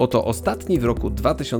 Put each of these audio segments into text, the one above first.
Oto ostatni w roku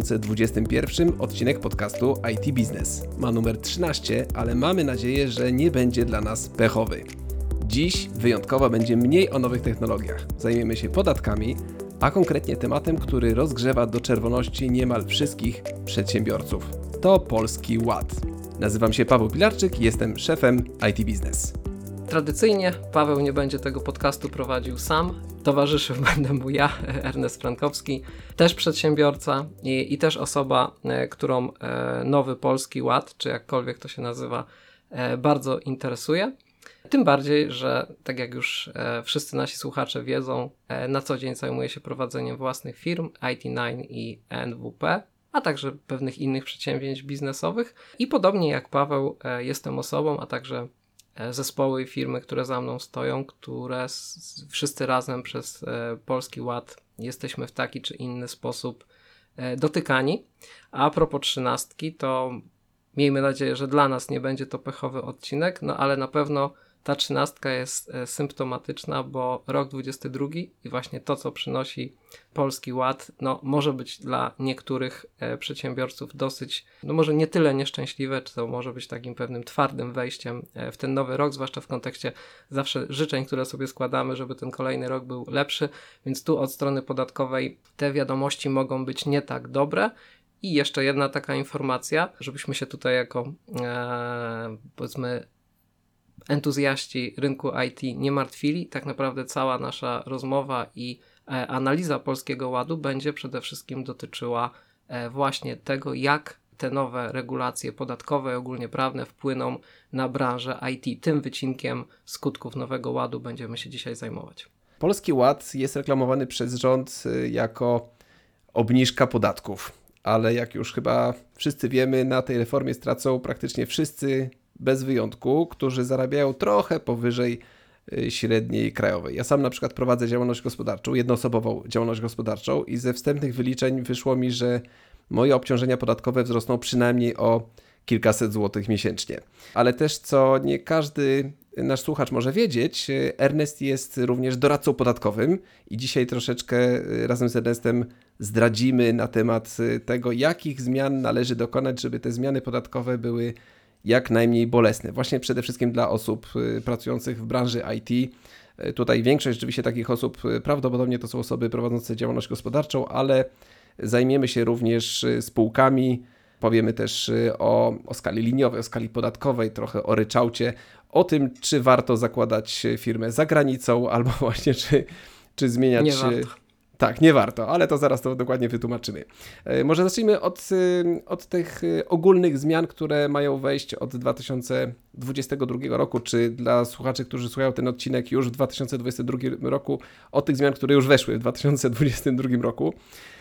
2021 odcinek podcastu IT Business. Ma numer 13, ale mamy nadzieję, że nie będzie dla nas pechowy. Dziś wyjątkowo będzie mniej o nowych technologiach. Zajmiemy się podatkami, a konkretnie tematem, który rozgrzewa do czerwoności niemal wszystkich przedsiębiorców. To Polski Ład. Nazywam się Paweł Pilarczyk i jestem szefem IT Business. Tradycyjnie Paweł nie będzie tego podcastu prowadził sam. Towarzyszył będę mu ja, Ernest Frankowski, też przedsiębiorca i też osoba, którą nowy Polski Ład, czy jakkolwiek to się nazywa, bardzo interesuje. Tym bardziej, że tak jak już wszyscy nasi słuchacze wiedzą, na co dzień zajmuję się prowadzeniem własnych firm IT9 i NWP, a także pewnych innych przedsięwzięć biznesowych. I podobnie jak Paweł, jestem osobą, a także zespoły i firmy, które za mną stoją, które wszyscy razem przez Polski Ład jesteśmy w taki czy inny sposób dotykani. A propos 13, to miejmy nadzieję, że dla nas nie będzie to pechowy odcinek, no ale na pewno ta 13 jest symptomatyczna, bo rok 22 i właśnie to, co przynosi Polski Ład, no może być dla niektórych przedsiębiorców dosyć, no może nie tyle nieszczęśliwe, czy to może być takim pewnym twardym wejściem w ten nowy rok, zwłaszcza w kontekście zawsze życzeń, które sobie składamy, żeby ten kolejny rok był lepszy, więc tu od strony podatkowej te wiadomości mogą być nie tak dobre. I jeszcze jedna taka informacja, żebyśmy się tutaj jako powiedzmy entuzjaści rynku IT nie martwili. Tak naprawdę cała nasza rozmowa i analiza Polskiego Ładu będzie przede wszystkim dotyczyła właśnie tego, jak te nowe regulacje podatkowe i ogólnie prawne wpłyną na branżę IT. Tym wycinkiem skutków Nowego Ładu będziemy się dzisiaj zajmować. Polski Ład jest reklamowany przez rząd jako obniżka podatków, ale jak już chyba wszyscy wiemy, na tej reformie stracą praktycznie wszyscy bez wyjątku, którzy zarabiają trochę powyżej średniej krajowej. Ja sam na przykład prowadzę działalność gospodarczą, jednoosobową działalność gospodarczą i ze wstępnych wyliczeń wyszło mi, że moje obciążenia podatkowe wzrosną przynajmniej o kilkaset złotych miesięcznie. Ale też, co nie każdy nasz słuchacz może wiedzieć, Ernest jest również doradcą podatkowym i dzisiaj troszeczkę razem z Ernestem zdradzimy na temat tego, jakich zmian należy dokonać, żeby te zmiany podatkowe były jak najmniej bolesne. Właśnie przede wszystkim dla osób pracujących w branży IT. Tutaj większość rzeczywiście takich osób prawdopodobnie to są osoby prowadzące działalność gospodarczą, ale zajmiemy się również spółkami. Powiemy też o skali liniowej, o skali podatkowej, trochę o ryczałcie, o tym, czy warto zakładać firmę za granicą, albo właśnie czy zmieniać... Nie warto. Tak, nie warto, ale to zaraz to dokładnie wytłumaczymy. Może zacznijmy od tych ogólnych zmian, które mają wejść od 2022 roku, czy dla słuchaczy, którzy słuchają ten odcinek już w 2022 roku, od tych zmian, które już weszły w 2022 roku.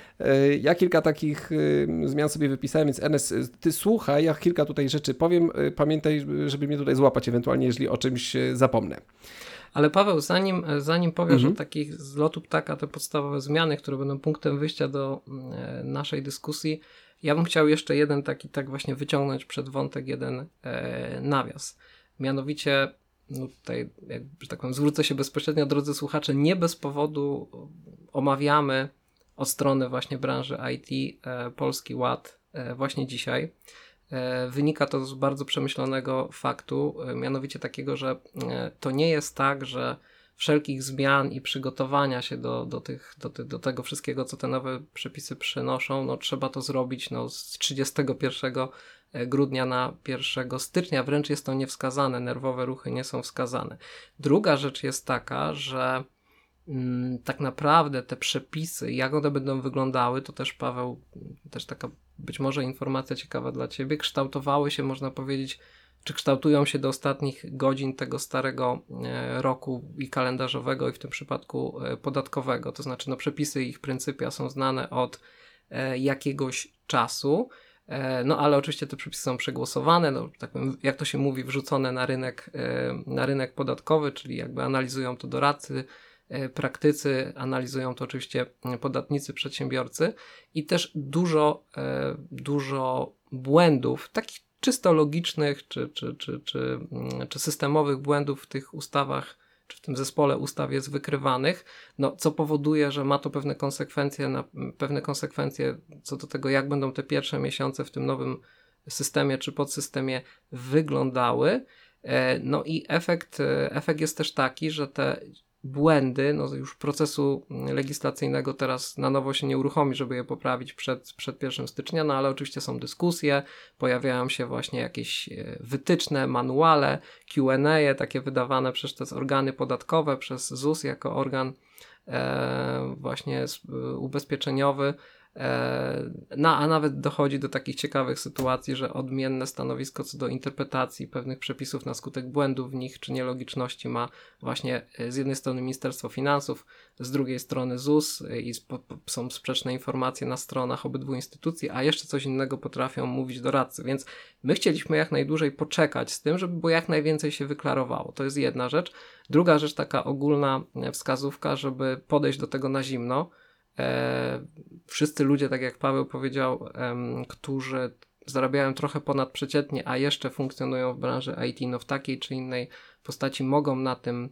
Ja kilka takich zmian sobie wypisałem, więc Ernest, ty słuchaj, ja kilka tutaj rzeczy powiem, pamiętaj, żeby mnie tutaj złapać ewentualnie, jeżeli o czymś zapomnę. Ale Paweł, zanim powiesz o takich z lotu ptaka, te podstawowe zmiany, które będą punktem wyjścia do naszej dyskusji, ja bym chciał jeszcze jeden taki tak właśnie wyciągnąć przed wątek jeden nawias. Mianowicie, no tutaj, że tak powiem, zwrócę się bezpośrednio, drodzy słuchacze, nie bez powodu omawiamy od strony właśnie branży IT Polski Ład właśnie dzisiaj. Wynika to z bardzo przemyślanego faktu, mianowicie takiego, że to nie jest tak, że wszelkich zmian i przygotowania się do tego wszystkiego, co te nowe przepisy przynoszą, no trzeba to zrobić z 31 grudnia na 1 stycznia, wręcz jest to niewskazane, nerwowe ruchy nie są wskazane. Druga rzecz jest taka, że tak naprawdę te przepisy, jak one będą wyglądały, to też Paweł, też taka być może informacja ciekawa dla Ciebie, kształtowały się, można powiedzieć, czy kształtują się do ostatnich godzin tego starego roku i kalendarzowego i w tym przypadku podatkowego, to znaczy przepisy i ich pryncypia są znane od jakiegoś czasu, no ale oczywiście te przepisy są przegłosowane, tak powiem, jak to się mówi, wrzucone na rynek podatkowy, czyli jakby analizują to doradcy, praktycy, analizują to oczywiście podatnicy, przedsiębiorcy i też dużo błędów, takich czysto logicznych czy systemowych błędów w tych ustawach czy w tym zespole ustaw jest wykrywanych, no, co powoduje, że ma to pewne konsekwencje co do tego, jak będą te pierwsze miesiące w tym nowym systemie czy podsystemie wyglądały. No i efekt jest też taki, że te błędy, no już procesu legislacyjnego teraz na nowo się nie uruchomi, żeby je poprawić przed 1 stycznia, no ale oczywiście są dyskusje, pojawiają się właśnie jakieś wytyczne, manuale, Q&A, takie wydawane przez te organy podatkowe, przez ZUS jako organ właśnie ubezpieczeniowy. No, a nawet dochodzi do takich ciekawych sytuacji, że odmienne stanowisko co do interpretacji pewnych przepisów na skutek błędów w nich czy nielogiczności ma właśnie z jednej strony Ministerstwo Finansów, z drugiej strony ZUS i są sprzeczne informacje na stronach obydwu instytucji, a jeszcze coś innego potrafią mówić doradcy, więc my chcieliśmy jak najdłużej poczekać z tym, żeby było jak najwięcej się wyklarowało. To jest jedna rzecz. Druga rzecz, taka ogólna wskazówka, żeby podejść do tego na zimno. Wszyscy ludzie, tak jak Paweł powiedział, którzy zarabiają trochę ponadprzeciętnie, a jeszcze funkcjonują w branży IT, no w takiej czy innej postaci mogą na tym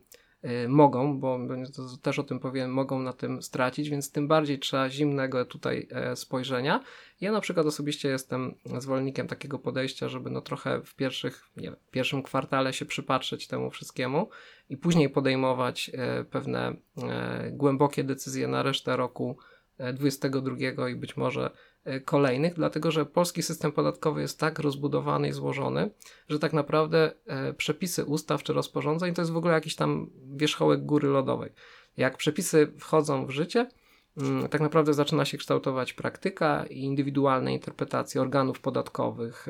bo to też o tym powiem, mogą na tym stracić, więc tym bardziej trzeba zimnego tutaj spojrzenia. Ja na przykład osobiście jestem zwolennikiem takiego podejścia, żeby no trochę w pierwszym kwartale się przypatrzeć temu wszystkiemu i później podejmować pewne głębokie decyzje na resztę roku 2022 i być może kolejnych, dlatego że polski system podatkowy jest tak rozbudowany i złożony, że tak naprawdę przepisy ustaw czy rozporządzeń to jest w ogóle jakiś tam wierzchołek góry lodowej. Jak przepisy wchodzą w życie, tak naprawdę zaczyna się kształtować praktyka i indywidualne interpretacje organów podatkowych,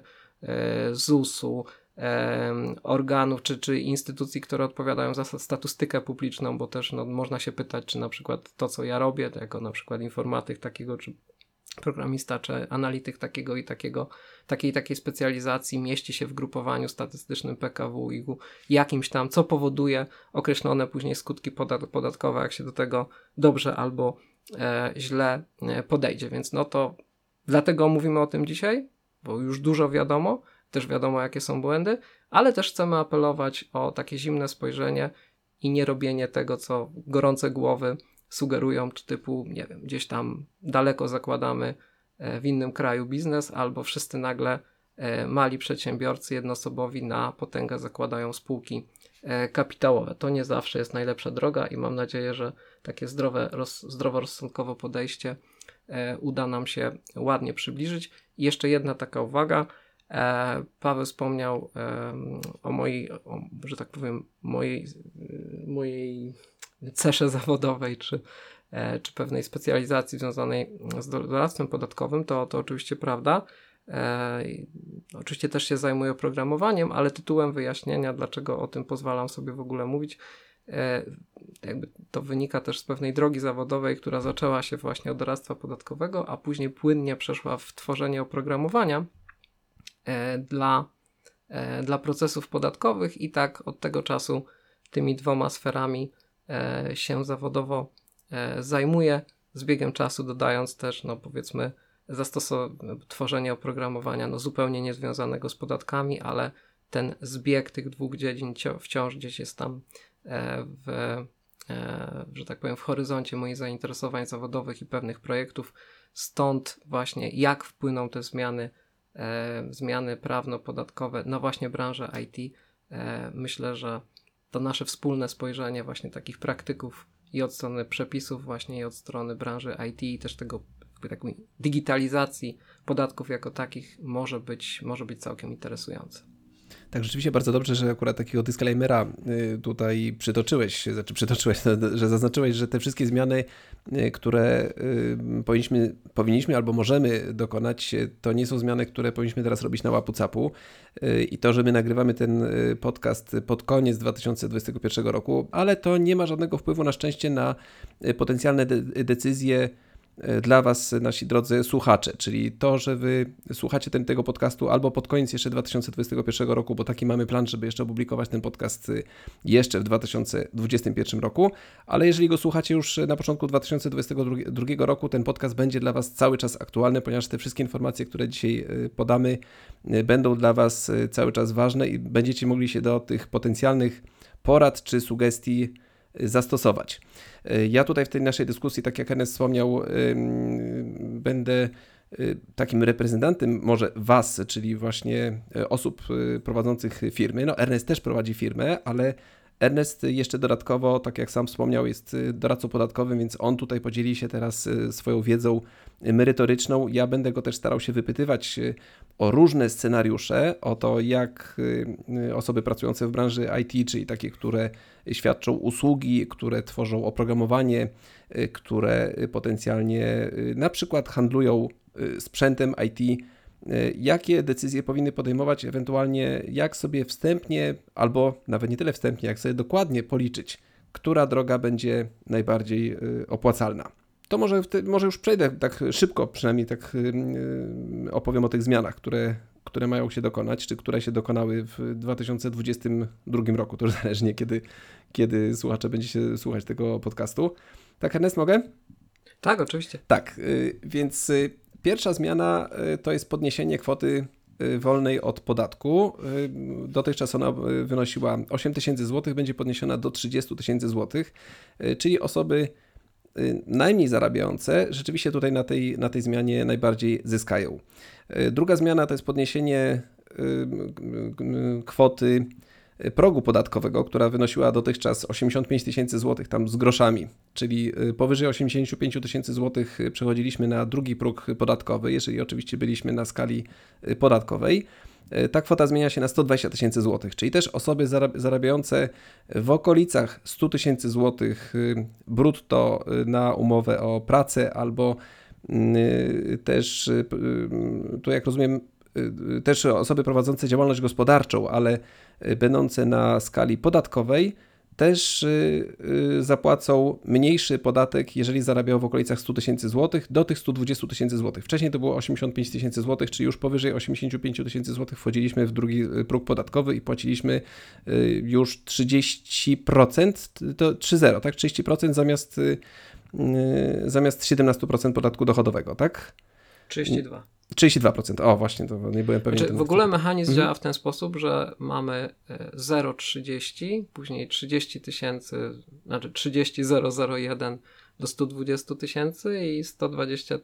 ZUS-u, organów czy instytucji, które odpowiadają za statystykę publiczną, bo też no, można się pytać, czy na przykład to, co ja robię, to jako na przykład informatyk takiego, czy programista, czy analityk takiego i takiej specjalizacji mieści się w grupowaniu statystycznym PKWiG-u jakimś tam, co powoduje określone później skutki podatkowe, jak się do tego dobrze albo źle podejdzie. Więc no to dlatego mówimy o tym dzisiaj, bo już dużo wiadomo, też wiadomo jakie są błędy, ale też chcemy apelować o takie zimne spojrzenie i nie robienie tego, co gorące głowy sugerują, czy typu, nie wiem, gdzieś tam daleko zakładamy w innym kraju biznes, albo wszyscy nagle mali przedsiębiorcy jednoosobowi na potęgę zakładają spółki kapitałowe. To nie zawsze jest najlepsza droga i mam nadzieję, że takie zdroworozsądkowe podejście uda nam się ładnie przybliżyć. I jeszcze jedna taka uwaga. Paweł wspomniał o mojej, że tak powiem, mojej cesze zawodowej, czy pewnej specjalizacji związanej z doradztwem podatkowym, to oczywiście prawda. Oczywiście też się zajmuję oprogramowaniem, ale tytułem wyjaśnienia, dlaczego o tym pozwalam sobie w ogóle mówić, jakby to wynika też z pewnej drogi zawodowej, która zaczęła się właśnie od doradztwa podatkowego, a później płynnie przeszła w tworzenie oprogramowania dla procesów podatkowych i tak od tego czasu tymi dwoma sferami się zawodowo zajmuję, z biegiem czasu dodając też, no powiedzmy, tworzenie oprogramowania no zupełnie niezwiązanego z podatkami, ale ten zbieg tych dwóch dziedzin wciąż gdzieś jest tam że tak powiem, w horyzoncie moich zainteresowań zawodowych i pewnych projektów. Stąd właśnie jak wpłyną te zmiany prawno-podatkowe na właśnie branżę IT. Myślę, że to nasze wspólne spojrzenie właśnie takich praktyków i od strony przepisów właśnie i od strony branży IT i też tego takiej digitalizacji podatków jako takich może być całkiem interesujące. Tak, rzeczywiście bardzo dobrze, że akurat takiego disclaimera tutaj przytoczyłeś, że zaznaczyłeś, że te wszystkie zmiany, które powinniśmy albo możemy dokonać, to nie są zmiany, które powinniśmy teraz robić na łapu-capu. I to, że my nagrywamy ten podcast pod koniec 2021 roku, ale to nie ma żadnego wpływu na szczęście na potencjalne decyzje dla Was, nasi drodzy słuchacze, czyli to, że Wy słuchacie tego podcastu albo pod koniec jeszcze 2021 roku, bo taki mamy plan, żeby jeszcze opublikować ten podcast jeszcze w 2021 roku, ale jeżeli go słuchacie już na początku 2022 roku, ten podcast będzie dla Was cały czas aktualny, ponieważ te wszystkie informacje, które dzisiaj podamy, będą dla Was cały czas ważne i będziecie mogli się do tych potencjalnych porad czy sugestii zastosować. Ja tutaj w tej naszej dyskusji, tak jak Ernest wspomniał, będę takim reprezentantem może Was, czyli właśnie osób prowadzących firmy. No Ernest też prowadzi firmę, ale Ernest jeszcze dodatkowo, tak jak sam wspomniał, jest doradcą podatkowym, więc on tutaj podzieli się teraz swoją wiedzą merytoryczną. Ja będę go też starał się wypytywać o różne scenariusze, o to, jak osoby pracujące w branży IT, czyli takie, które świadczą usługi, które tworzą oprogramowanie, które potencjalnie na przykład handlują sprzętem IT, jakie decyzje powinny podejmować, ewentualnie jak sobie wstępnie, albo nawet nie tyle wstępnie, jak sobie dokładnie policzyć, która droga będzie najbardziej opłacalna. To może już przejdę tak szybko, przynajmniej tak opowiem o tych zmianach, które mają się dokonać, czy które się dokonały w 2022 roku. To już zależnie, kiedy słuchacze będzie się słuchać tego podcastu. Tak, Ernest, mogę? Tak, oczywiście. Tak, więc pierwsza zmiana to jest podniesienie kwoty wolnej od podatku. Dotychczas ona wynosiła 8 tysięcy złotych, będzie podniesiona do 30 tysięcy złotych, czyli osoby najmniej zarabiające rzeczywiście tutaj na tej zmianie najbardziej zyskają. Druga zmiana to jest podniesienie kwoty progu podatkowego, która wynosiła dotychczas 85 tysięcy złotych tam z groszami, czyli powyżej 85 tysięcy złotych przechodziliśmy na drugi próg podatkowy, jeżeli oczywiście byliśmy na skali podatkowej. Ta kwota zmienia się na 120 tysięcy złotych, czyli też osoby zarabiające w okolicach 100 tysięcy złotych brutto na umowę o pracę, albo też, tu jak rozumiem, też osoby prowadzące działalność gospodarczą, ale będące na skali podatkowej, też zapłacą mniejszy podatek, jeżeli zarabiają w okolicach 100 tysięcy złotych, do tych 120 tysięcy złotych. Wcześniej to było 85 tysięcy złotych, czyli już powyżej 85 tysięcy złotych wchodziliśmy w drugi próg podatkowy i płaciliśmy już 30%, to 3,0, tak? 30% zamiast 17% podatku dochodowego, tak? 32. 32%. O, właśnie, to nie byłem pewien. Znaczy, w ogóle mechanizm działa w ten sposób, że mamy 0,30, później 30 tysięcy, znaczy 30,001 do 120 tysięcy i 120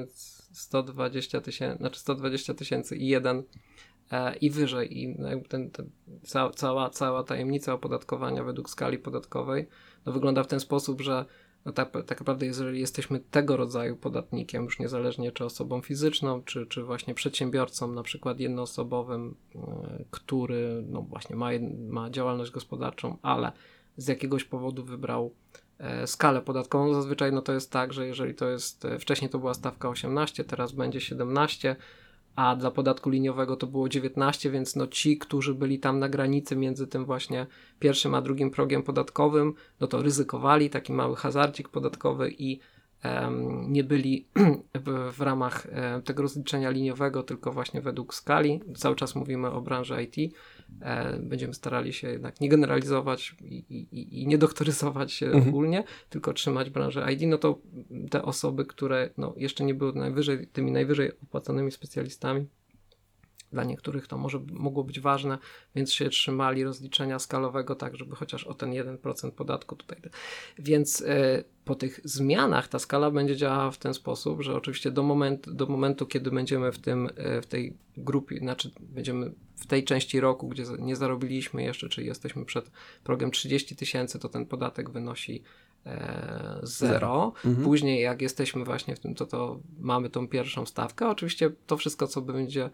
tysięcy i 1 i wyżej. I cała tajemnica opodatkowania według skali podatkowej wygląda w ten sposób, że tak naprawdę, jeżeli jesteśmy tego rodzaju podatnikiem, już niezależnie czy osobą fizyczną, czy właśnie przedsiębiorcą, na przykład jednoosobowym, który właśnie ma działalność gospodarczą, ale z jakiegoś powodu wybrał skalę podatkową, zazwyczaj to jest tak, że jeżeli to jest, wcześniej to była stawka 18, teraz będzie 17, a dla podatku liniowego to było 19, więc ci, którzy byli tam na granicy między tym właśnie pierwszym a drugim progiem podatkowym, to ryzykowali, taki mały hazardzik podatkowy i nie byli w ramach tego rozliczenia liniowego, tylko właśnie według skali. Cały czas mówimy o branży IT. Będziemy starali się jednak nie generalizować i nie doktoryzować się ogólnie, tylko trzymać branżę IT. To te osoby, które jeszcze nie były tymi najwyżej opłaconymi specjalistami, dla niektórych to mogło być ważne, więc się trzymali rozliczenia skalowego tak, żeby chociaż o ten 1% podatku tutaj. Więc po tych zmianach ta skala będzie działała w ten sposób, że oczywiście do momentu, kiedy będziemy w tej grupie, znaczy będziemy w tej części roku, gdzie nie zarobiliśmy jeszcze, czyli jesteśmy przed progiem 30 tysięcy, to ten podatek wynosi 0. Później jak jesteśmy właśnie w tym, to mamy tą pierwszą stawkę. Oczywiście to wszystko, co będzie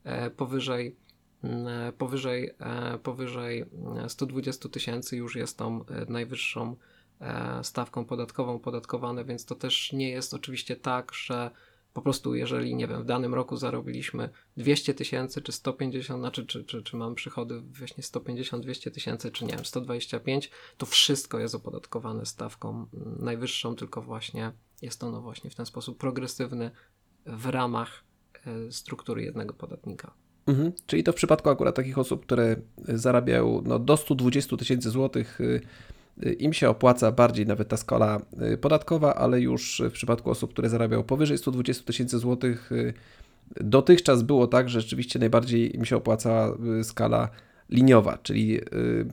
powyżej 120 tysięcy już jest tą najwyższą stawką podatkową podatkowane, więc to też nie jest oczywiście tak, że po prostu jeżeli, nie wiem, w danym roku zarobiliśmy 200 tysięcy, czy 150, znaczy czy mamy przychody właśnie 150, 200 tysięcy, czy nie wiem, 125, to wszystko jest opodatkowane stawką najwyższą, tylko właśnie jest ono właśnie w ten sposób progresywny w ramach struktury jednego podatnika. Czyli to w przypadku akurat takich osób, które zarabiają do 120 tysięcy złotych, im się opłaca bardziej nawet ta skala podatkowa, ale już w przypadku osób, które zarabiają powyżej 120 tysięcy złotych, dotychczas było tak, że rzeczywiście najbardziej im się opłacała skala liniowa, czyli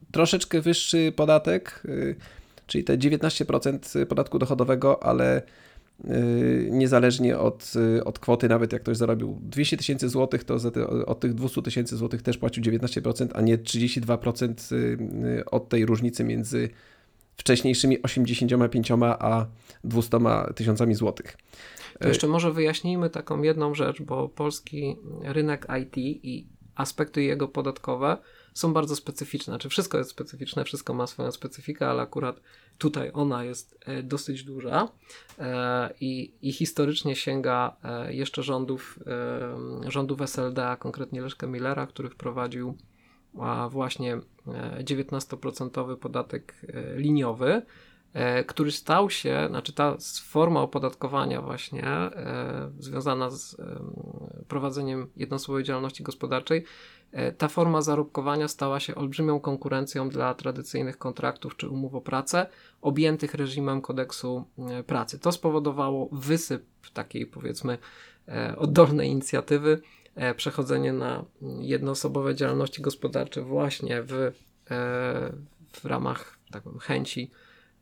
troszeczkę wyższy podatek, czyli te 19% podatku dochodowego, ale niezależnie od kwoty, nawet jak ktoś zarobił 200 tysięcy złotych, to od tych 200 tysięcy złotych też płacił 19%, a nie 32% od tej różnicy między wcześniejszymi 85 a 200 tysiącami złotych. To jeszcze może wyjaśnijmy taką jedną rzecz, bo polski rynek IT i aspekty jego podatkowe są bardzo specyficzne. Znaczy wszystko jest specyficzne, wszystko ma swoją specyfikę, ale akurat tutaj ona jest dosyć duża i historycznie sięga jeszcze rządów SLD, a konkretnie Leszka Millera, który wprowadził właśnie 19% podatek liniowy, który stał się, znaczy ta forma opodatkowania właśnie związana z prowadzeniem jednoosobowej działalności gospodarczej, ta forma zarobkowania stała się olbrzymią konkurencją dla tradycyjnych kontraktów czy umów o pracę objętych reżimem kodeksu pracy. To spowodowało wysyp takiej, powiedzmy, oddolnej inicjatywy, przechodzenie na jednoosobowe działalności gospodarcze właśnie w ramach chęci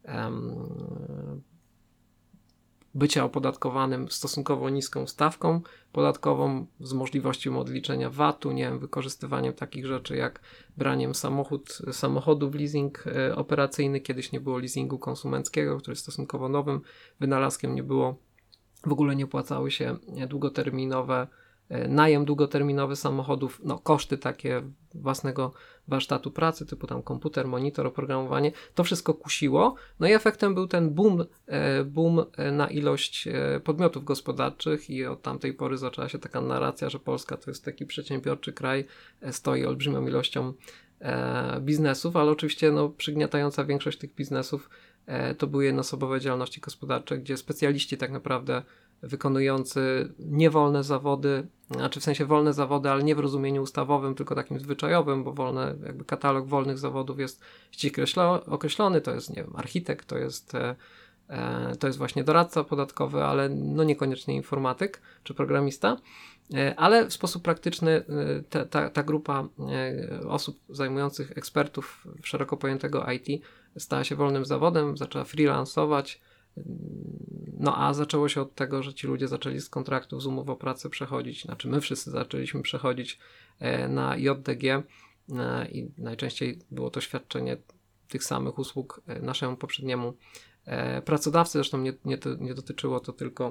bycia opodatkowanym stosunkowo niską stawką podatkową z możliwością odliczenia VAT-u, nie wiem, wykorzystywaniem takich rzeczy jak braniem samochodu w leasing operacyjny. Kiedyś nie było leasingu konsumenckiego, który jest stosunkowo nowym wynalazkiem, nie było, w ogóle nie płacały się najem długoterminowy samochodów, koszty takie własnego warsztatu pracy, typu tam komputer, monitor, oprogramowanie, to wszystko kusiło, i efektem był ten boom na ilość podmiotów gospodarczych i od tamtej pory zaczęła się taka narracja, że Polska to jest taki przedsiębiorczy kraj, stoi olbrzymią ilością biznesów, ale oczywiście przygniatająca większość tych biznesów to były jednoosobowe działalności gospodarcze, gdzie specjaliści tak naprawdę wykonujący niewolne zawody, znaczy w sensie wolne zawody, ale nie w rozumieniu ustawowym, tylko takim zwyczajowym, bo katalog wolnych zawodów jest ściśle określony, to jest, nie wiem, architekt, to jest właśnie doradca podatkowy, ale niekoniecznie informatyk czy programista, ale w sposób praktyczny ta grupa osób zajmujących ekspertów szeroko pojętego IT stała się wolnym zawodem, zaczęła freelansować, a zaczęło się od tego, że ci ludzie zaczęli z kontraktów, z umów o pracę przechodzić, znaczy my wszyscy zaczęliśmy przechodzić na JDG i najczęściej było to świadczenie tych samych usług naszemu poprzedniemu pracodawcy, zresztą nie dotyczyło to tylko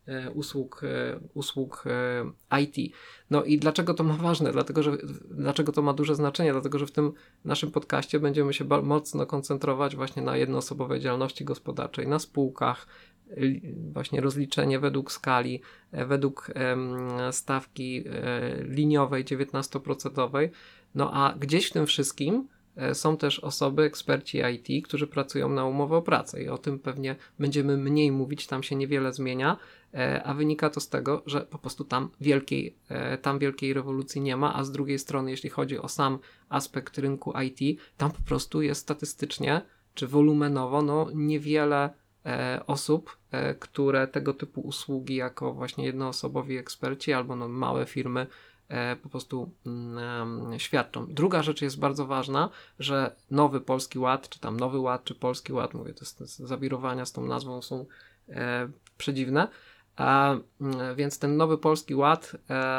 usług IT. I dlaczego to ma ważne? Dlaczego to ma duże znaczenie? Dlatego, że w tym naszym podcaście będziemy się mocno koncentrować właśnie na jednoosobowej działalności gospodarczej, na spółkach, właśnie rozliczenie według skali, według stawki liniowej 19%, a gdzieś w tym wszystkim są też osoby, eksperci IT, którzy pracują na umowę o pracę i o tym pewnie będziemy mniej mówić, tam się niewiele zmienia, a wynika to z tego, że po prostu tam wielkiej rewolucji nie ma, a z drugiej strony, jeśli chodzi o sam aspekt rynku IT, tam po prostu jest statystycznie czy wolumenowo niewiele osób, które tego typu usługi jako właśnie jednoosobowi eksperci albo małe firmy po prostu świadczą. Druga rzecz jest bardzo ważna, że nowy Polski Ład, czy tam Nowy Ład, czy Polski Ład, mówię, to zawirowania z tą nazwą są przedziwne, więc ten Nowy Polski Ład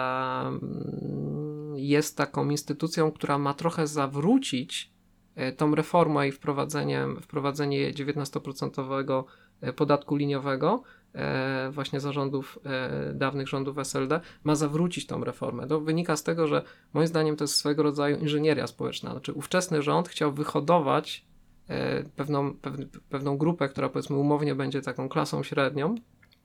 jest taką instytucją, która ma trochę zawrócić tą reformę i wprowadzenie 19% podatku liniowego właśnie zarządów, dawnych rządów SLD, ma zawrócić tą reformę. To wynika z tego, że moim zdaniem to jest swego rodzaju inżynieria społeczna. Znaczy ówczesny rząd chciał wyhodować pewną grupę, która powiedzmy umownie będzie taką klasą średnią,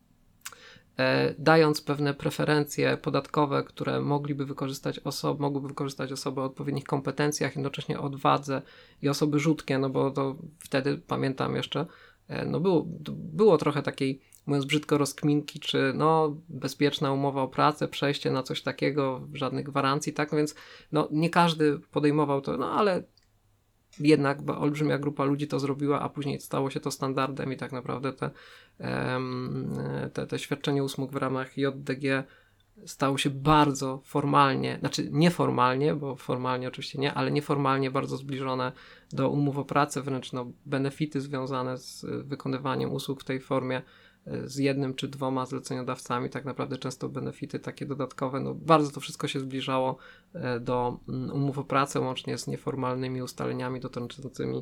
dając pewne preferencje podatkowe, które mogłyby wykorzystać osoby o odpowiednich kompetencjach, jednocześnie odwadze i osoby rzutkie, bo to wtedy pamiętam jeszcze, było trochę takiej, mówiąc brzydko, rozkminki, czy bezpieczna umowa o pracę, przejście na coś takiego, żadnych gwarancji, tak, więc nie każdy podejmował to, ale jednak olbrzymia grupa ludzi to zrobiła, a później stało się to standardem i tak naprawdę te świadczenie usług w ramach JDG stało się bardzo formalnie, znaczy nieformalnie, bo formalnie oczywiście nie, ale nieformalnie bardzo zbliżone do umów o pracę, wręcz benefity związane z wykonywaniem usług w tej formie z jednym czy dwoma zleceniodawcami, tak naprawdę często benefity takie dodatkowe, bardzo to wszystko się zbliżało do umów o pracę, łącznie z nieformalnymi ustaleniami dotyczącymi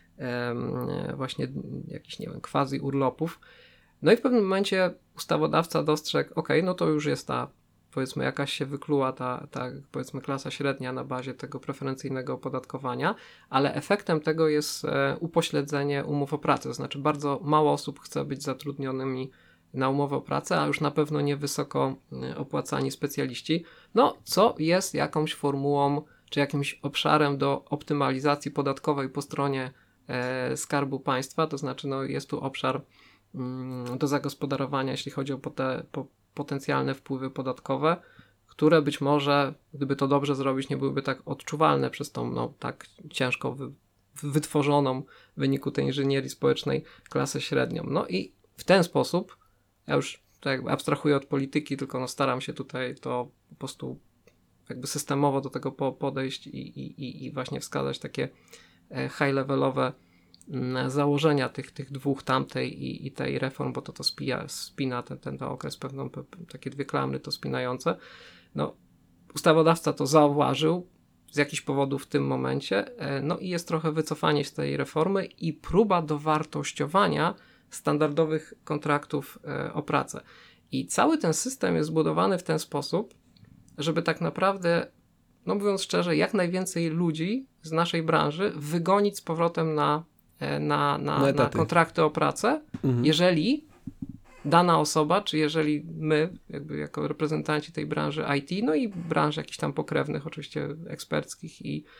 właśnie jakichś, nie wiem, quasi urlopów. No i w pewnym momencie ustawodawca dostrzegł, no to już jest ta, powiedzmy, jakaś się wykluła ta powiedzmy klasa średnia na bazie tego preferencyjnego opodatkowania, ale efektem tego jest upośledzenie umów o pracę, to znaczy bardzo mało osób chce być zatrudnionymi na umowę o pracę, a już na pewno nie wysoko opłacani specjaliści, co jest jakąś formułą, czy jakimś obszarem do optymalizacji podatkowej po stronie Skarbu Państwa, to znaczy jest tu obszar do zagospodarowania, jeśli chodzi o potencjalne wpływy podatkowe, które być może, gdyby to dobrze zrobić, nie byłyby tak odczuwalne przez tą tak ciężko wytworzoną w wyniku tej inżynierii społecznej klasę średnią. I w ten sposób, ja już tak jakby abstrahuję od polityki, tylko staram się tutaj to po prostu jakby systemowo do tego podejść i właśnie wskazać takie high-levelowe założenia tych dwóch, tamtej i tej reform, bo to spina ten okres, pewną takie dwie klamry to spinające. Ustawodawca to zauważył z jakichś powodów w tym momencie, i jest trochę wycofanie z tej reformy i próba dowartościowania standardowych kontraktów o pracę. I cały ten system jest zbudowany w ten sposób, żeby tak naprawdę, mówiąc szczerze, jak najwięcej ludzi z naszej branży wygonić z powrotem na kontrakty o pracę, jeżeli dana osoba, czy jeżeli my, jakby jako reprezentanci tej branży IT, i branż jakichś tam pokrewnych, oczywiście eksperckich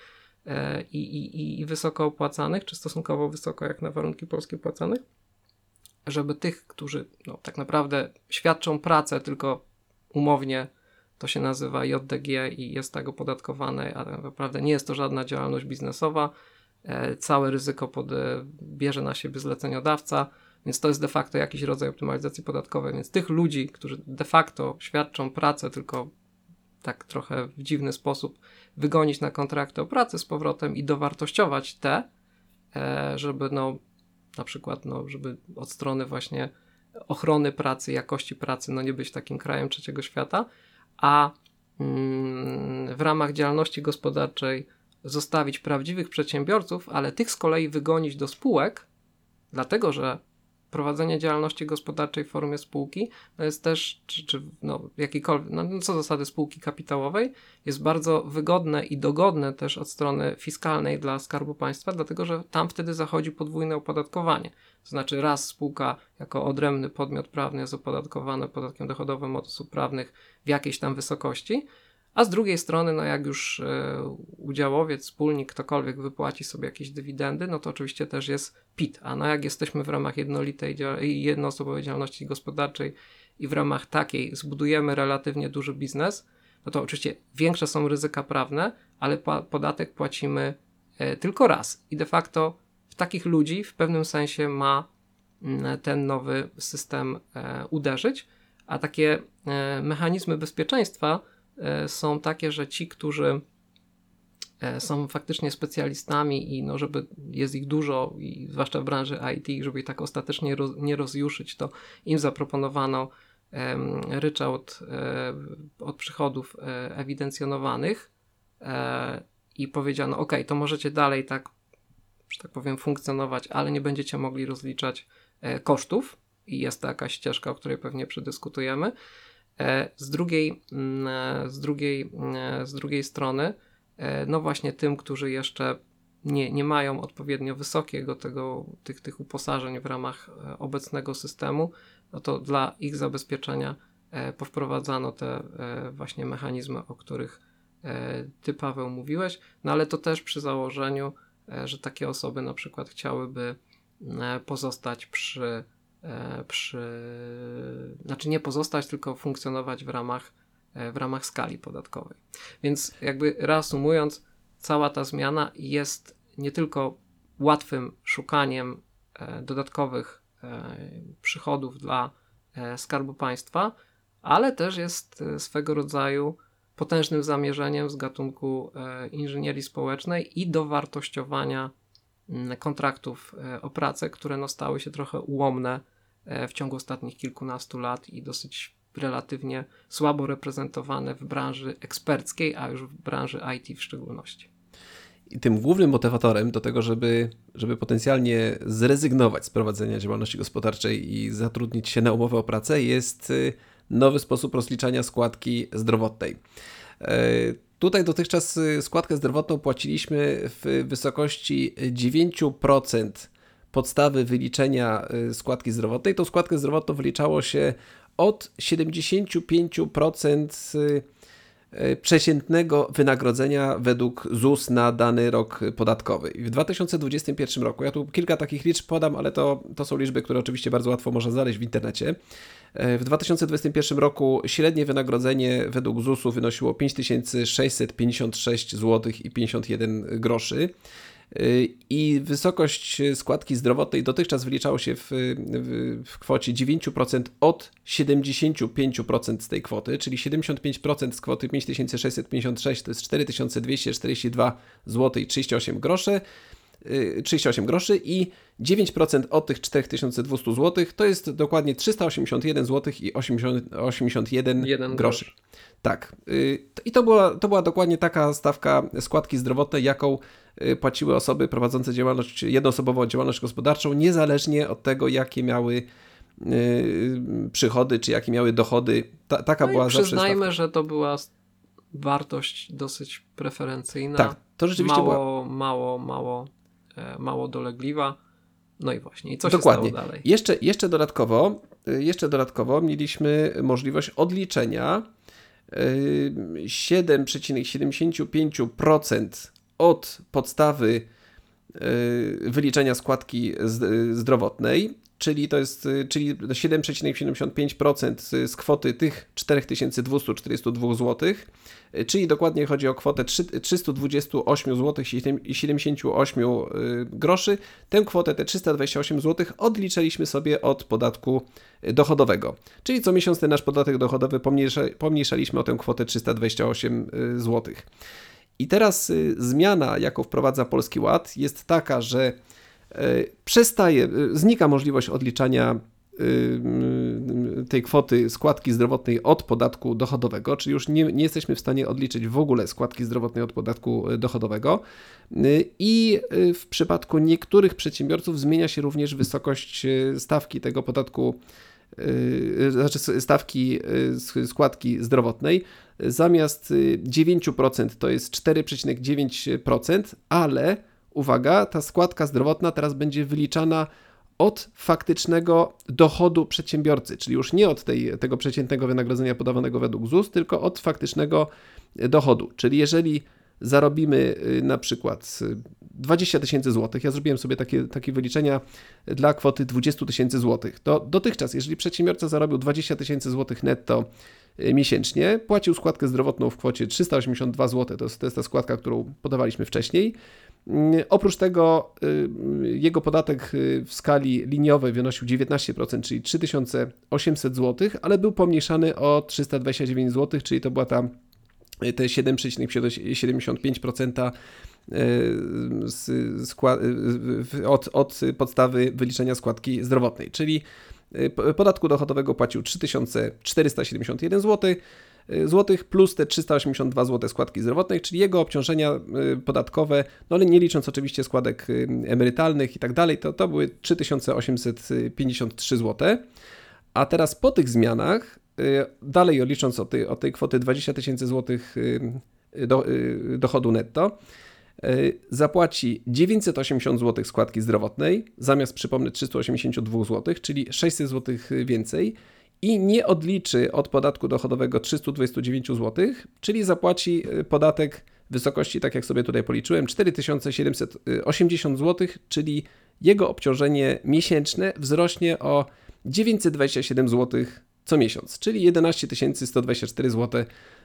i wysoko opłacanych, czy stosunkowo wysoko jak na warunki polskie opłacanych, żeby tych, którzy tak naprawdę świadczą pracę, tylko umownie to się nazywa JDG i jest tak opodatkowane, a tak naprawdę nie jest to żadna działalność biznesowa, całe ryzyko bierze na siebie zleceniodawca, więc to jest de facto jakiś rodzaj optymalizacji podatkowej, więc tych ludzi, którzy de facto świadczą pracę, tylko tak trochę w dziwny sposób wygonić na kontrakty o pracę z powrotem i dowartościować te, żeby na przykład, żeby od strony właśnie ochrony pracy, jakości pracy, nie być takim krajem trzeciego świata, a w ramach działalności gospodarczej zostawić prawdziwych przedsiębiorców, ale tych z kolei wygonić do spółek, dlatego że prowadzenie działalności gospodarczej w formie spółki jest też, czy jakiejkolwiek, co zasady spółki kapitałowej, jest bardzo wygodne i dogodne też od strony fiskalnej dla Skarbu Państwa, dlatego że tam wtedy zachodzi podwójne opodatkowanie. To znaczy raz spółka jako odrębny podmiot prawny jest opodatkowana podatkiem dochodowym od osób prawnych w jakiejś tam wysokości, a z drugiej strony, jak już udziałowiec, wspólnik, ktokolwiek wypłaci sobie jakieś dywidendy, to oczywiście też jest PIT. A jak jesteśmy w ramach jednolitej jednoosobowej działalności gospodarczej i w ramach takiej zbudujemy relatywnie duży biznes, to oczywiście większe są ryzyka prawne, ale podatek płacimy tylko raz. I de facto w takich ludzi w pewnym sensie ma ten nowy system uderzyć, a takie mechanizmy bezpieczeństwa są takie, że ci, którzy są faktycznie specjalistami i żeby jest ich dużo, i zwłaszcza w branży IT, żeby ich tak ostatecznie nie rozjuszyć, to im zaproponowano ryczałt od przychodów ewidencjonowanych i powiedziano, OK, to możecie dalej tak, że tak powiem, funkcjonować, ale nie będziecie mogli rozliczać kosztów i jest to jakaś ścieżka, o której pewnie przedyskutujemy. Z drugiej strony, właśnie tym, którzy jeszcze nie mają odpowiednio wysokiego tych uposażeń w ramach obecnego systemu, to dla ich zabezpieczenia powprowadzano te właśnie mechanizmy, o których ty, Paweł, mówiłeś, ale to też przy założeniu, że takie osoby na przykład chciałyby pozostać znaczy nie pozostać, tylko funkcjonować w ramach skali podatkowej. Więc jakby reasumując, cała ta zmiana jest nie tylko łatwym szukaniem dodatkowych przychodów dla Skarbu Państwa, ale też jest swego rodzaju potężnym zamierzeniem z gatunku inżynierii społecznej i dowartościowania kontraktów o pracę, które stały się trochę ułomne w ciągu ostatnich kilkunastu lat i dosyć relatywnie słabo reprezentowane w branży eksperckiej, a już w branży IT w szczególności. I tym głównym motywatorem do tego, żeby potencjalnie zrezygnować z prowadzenia działalności gospodarczej i zatrudnić się na umowę o pracę, jest nowy sposób rozliczania składki zdrowotnej. Tutaj dotychczas składkę zdrowotną płaciliśmy w wysokości 9% podstawy wyliczenia składki zdrowotnej. Tą składkę zdrowotną wyliczało się od 75% przeciętnego wynagrodzenia według ZUS na dany rok podatkowy. W 2021 roku, ja tu kilka takich liczb podam, ale to są liczby, które oczywiście bardzo łatwo można znaleźć w internecie. W 2021 roku średnie wynagrodzenie według ZUS-u wynosiło 5656 zł i 51 groszy. I wysokość składki zdrowotnej dotychczas wyliczało się w kwocie 9% od 75% z tej kwoty, czyli 75% z kwoty 5656 to jest 4242 zł i 38 groszy i 9% od tych 4200 zł to jest dokładnie 381 zł i 81 groszy. Tak. I to była dokładnie taka stawka składki zdrowotnej, jaką płaciły osoby prowadzące jednoosobową działalność gospodarczą, niezależnie od tego, jakie miały przychody, czy jakie miały dochody. Taka była zawsze przyznajmy, stawka. że to była wartość dosyć preferencyjna. Tak, to rzeczywiście mało dolegliwa. No i właśnie, i co dokładnie się stało dalej? Jeszcze dodatkowo mieliśmy możliwość odliczenia 7,75% od podstawy wyliczenia składki zdrowotnej, czyli 7,75% z kwoty tych 4242 zł, czyli dokładnie chodzi o kwotę 328 zł i 78 groszy. Tę kwotę, te 328 zł odliczyliśmy sobie od podatku dochodowego. Czyli co miesiąc ten nasz podatek dochodowy pomniejszaliśmy o tę kwotę 328 zł. I teraz zmiana, jaką wprowadza Polski Ład, jest taka, że znika możliwość odliczania tej kwoty składki zdrowotnej od podatku dochodowego, czyli już nie jesteśmy w stanie odliczyć w ogóle składki zdrowotnej od podatku dochodowego i w przypadku niektórych przedsiębiorców zmienia się również wysokość stawki tego podatku, znaczy stawki składki zdrowotnej. Zamiast 9% to jest 4,9%, ale uwaga, ta składka zdrowotna teraz będzie wyliczana od faktycznego dochodu przedsiębiorcy, czyli już nie od tego przeciętnego wynagrodzenia podawanego według ZUS, tylko od faktycznego dochodu. Czyli jeżeli zarobimy na przykład 20 000 złotych, ja zrobiłem sobie takie wyliczenia dla kwoty 20 000 złotych, to dotychczas, jeżeli przedsiębiorca zarobił 20 000 złotych netto miesięcznie, płacił składkę zdrowotną w kwocie 382 zł, to jest ta składka, którą podawaliśmy wcześniej. Oprócz tego jego podatek w skali liniowej wynosił 19%, czyli 3800 zł, ale był pomniejszany o 329 zł, czyli to była te 7,75% od podstawy wyliczenia składki zdrowotnej, czyli podatku dochodowego płacił 3471 zł plus te 382 zł składki zdrowotnej, czyli jego obciążenia podatkowe, no ale nie licząc oczywiście składek emerytalnych i tak dalej, to były 3853 zł. A teraz po tych zmianach, dalej licząc od tej kwoty 20 000 zł dochodu netto, zapłaci 980 zł składki zdrowotnej, zamiast, przypomnę, 382 zł, czyli 600 zł więcej i nie odliczy od podatku dochodowego 329 zł, czyli zapłaci podatek w wysokości, tak jak sobie tutaj policzyłem, 4780 zł, czyli jego obciążenie miesięczne wzrośnie o 927 zł co miesiąc, czyli 11 124 zł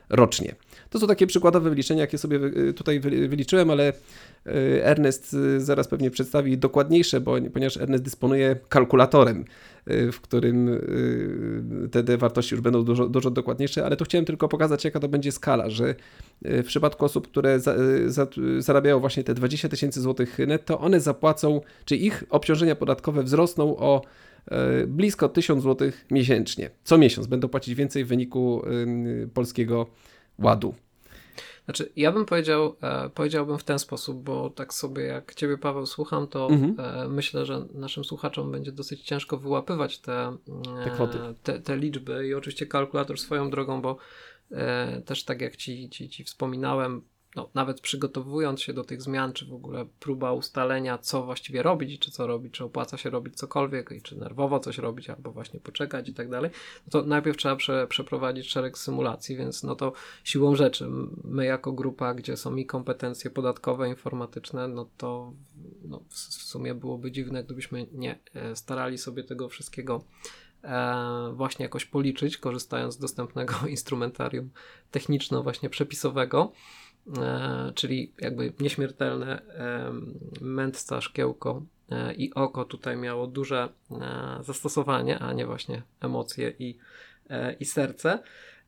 rocznie. To są takie przykładowe wyliczenia, jakie sobie tutaj wyliczyłem, ale Ernest zaraz pewnie przedstawi dokładniejsze, ponieważ Ernest dysponuje kalkulatorem, w którym te wartości już będą dużo dokładniejsze, ale tu chciałem tylko pokazać, jaka to będzie skala, że w przypadku osób, które zarabiają właśnie te 20 tysięcy złotych netto, one zapłacą, czy ich obciążenia podatkowe wzrosną o blisko 1000 zł miesięcznie. Co miesiąc będą płacić więcej w wyniku Polskiego Ładu. Znaczy, ja bym powiedziałbym w ten sposób, bo tak sobie jak ciebie, Paweł, słucham, to myślę, że naszym słuchaczom będzie dosyć ciężko wyłapywać te kwoty, te liczby i oczywiście kalkulator swoją drogą, bo też tak jak ci wspominałem, no, nawet przygotowując się do tych zmian, czy w ogóle próba ustalenia, co właściwie robić i czy co robić, czy opłaca się robić cokolwiek i czy nerwowo coś robić, albo właśnie poczekać i tak dalej, no to najpierw trzeba przeprowadzić szereg symulacji, więc no to siłą rzeczy my jako grupa, gdzie są i kompetencje podatkowe, informatyczne, no to no, w sumie byłoby dziwne, gdybyśmy nie starali sobie tego wszystkiego właśnie jakoś policzyć, korzystając z dostępnego instrumentarium techniczno właśnie przepisowego, czyli jakby nieśmiertelne mędrca, szkiełko i oko tutaj miało duże zastosowanie, a nie właśnie emocje i serce.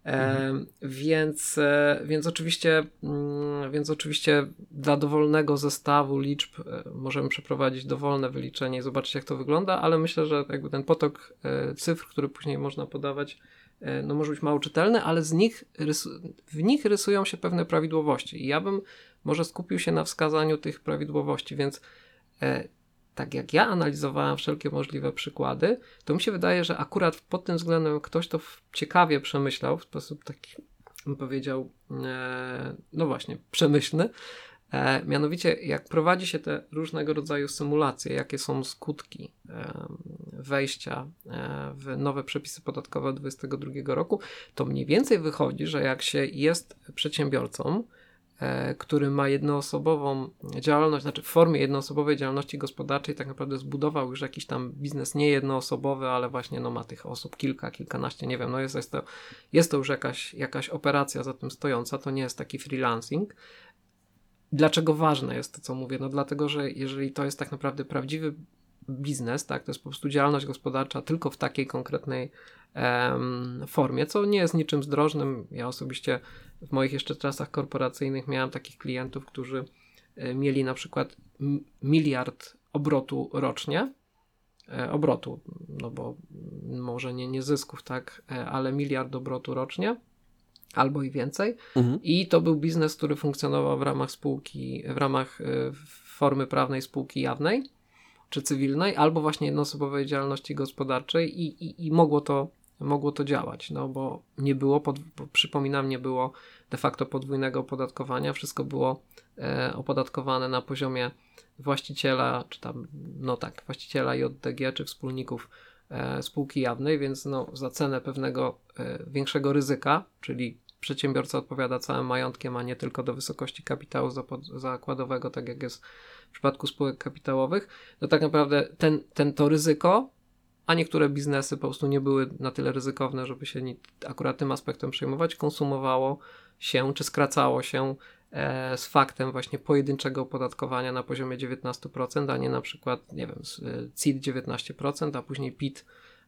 Więc oczywiście dla dowolnego zestawu liczb możemy przeprowadzić dowolne wyliczenie i zobaczyć, jak to wygląda, ale myślę, że jakby ten potok cyfr, który później można podawać, no może być mało czytelny, ale w nich rysują się pewne prawidłowości i ja bym może skupił się na wskazaniu tych prawidłowości, więc tak jak ja analizowałem wszelkie możliwe przykłady, to mi się wydaje, że akurat pod tym względem ktoś to ciekawie przemyślał, w sposób taki, bym powiedział, no właśnie, przemyślny. Mianowicie, jak prowadzi się te różnego rodzaju symulacje, jakie są skutki wejścia w nowe przepisy podatkowe od 2022 roku, to mniej więcej wychodzi, że jak się jest przedsiębiorcą, który ma jednoosobową działalność, znaczy w formie jednoosobowej działalności gospodarczej tak naprawdę zbudował już jakiś tam biznes nie jednoosobowy, ale właśnie no ma tych osób kilkanaście, nie wiem, no jest to już jakaś operacja za tym stojąca, to nie jest taki freelancing. Dlaczego ważne jest to, co mówię? No dlatego, że jeżeli to jest tak naprawdę prawdziwy biznes, tak, to jest po prostu działalność gospodarcza tylko w takiej konkretnej formie, co nie jest niczym zdrożnym. Ja osobiście w moich jeszcze czasach korporacyjnych miałem takich klientów, którzy mieli na przykład 1 miliard obrotu rocznie, no bo może nie zysków, tak, ale 1 miliard obrotu rocznie, albo i więcej. I to był biznes, który funkcjonował w ramach spółki, w ramach formy prawnej spółki jawnej, czy cywilnej, albo właśnie jednoosobowej działalności gospodarczej i mogło to działać, no bo nie było, przypominam, nie było de facto podwójnego opodatkowania, wszystko było opodatkowane na poziomie właściciela, czy tam, no tak, właściciela JDG, czy wspólników spółki jawnej, więc no, za cenę pewnego większego ryzyka, czyli przedsiębiorca odpowiada całym majątkiem, a nie tylko do wysokości kapitału zakładowego, tak jak jest w przypadku spółek kapitałowych, to tak naprawdę to ryzyko, a niektóre biznesy po prostu nie były na tyle ryzykowne, żeby się akurat tym aspektem przejmować, konsumowało się, czy skracało się z faktem właśnie pojedynczego opodatkowania na poziomie 19%, a nie na przykład, nie wiem, CIT 19%, a później PIT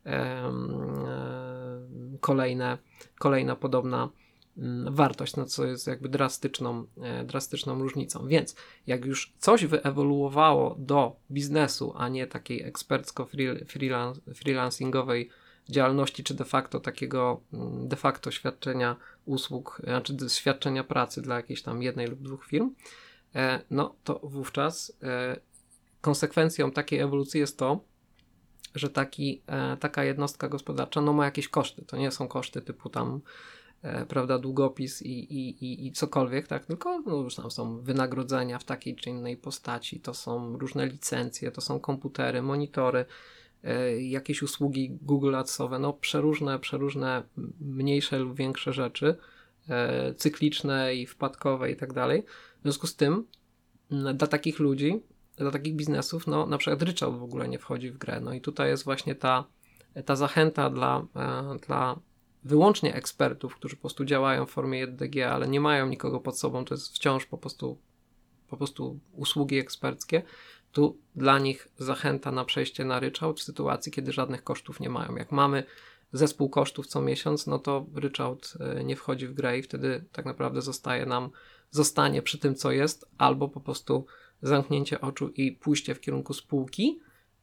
kolejna podobna wartość, no co jest jakby drastyczną różnicą. Więc jak już coś wyewoluowało do biznesu, a nie takiej ekspercko-freelancingowej działalności, czy de facto świadczenia usług, znaczy świadczenia pracy dla jakiejś tam jednej lub dwóch firm, no to wówczas konsekwencją takiej ewolucji jest to, że taka jednostka gospodarcza no ma jakieś koszty. To nie są koszty typu tam prawda, długopis i cokolwiek, tak, tylko no, już tam są wynagrodzenia w takiej czy innej postaci, to są różne licencje, to są komputery, monitory, jakieś usługi Google Adsowe, no przeróżne mniejsze lub większe rzeczy, cykliczne i wpadkowe i tak dalej. W związku z tym dla takich ludzi, dla takich biznesów, no na przykład ryczałt w ogóle nie wchodzi w grę. No i tutaj jest właśnie ta zachęta dla wyłącznie ekspertów, którzy po prostu działają w formie JDG, ale nie mają nikogo pod sobą, to jest wciąż po prostu usługi eksperckie, tu dla nich zachęta na przejście na ryczałt w sytuacji, kiedy żadnych kosztów nie mają. Jak mamy zespół kosztów co miesiąc, no to ryczałt nie wchodzi w grę i wtedy tak naprawdę zostanie przy tym, co jest, albo po prostu zamknięcie oczu i pójście w kierunku spółki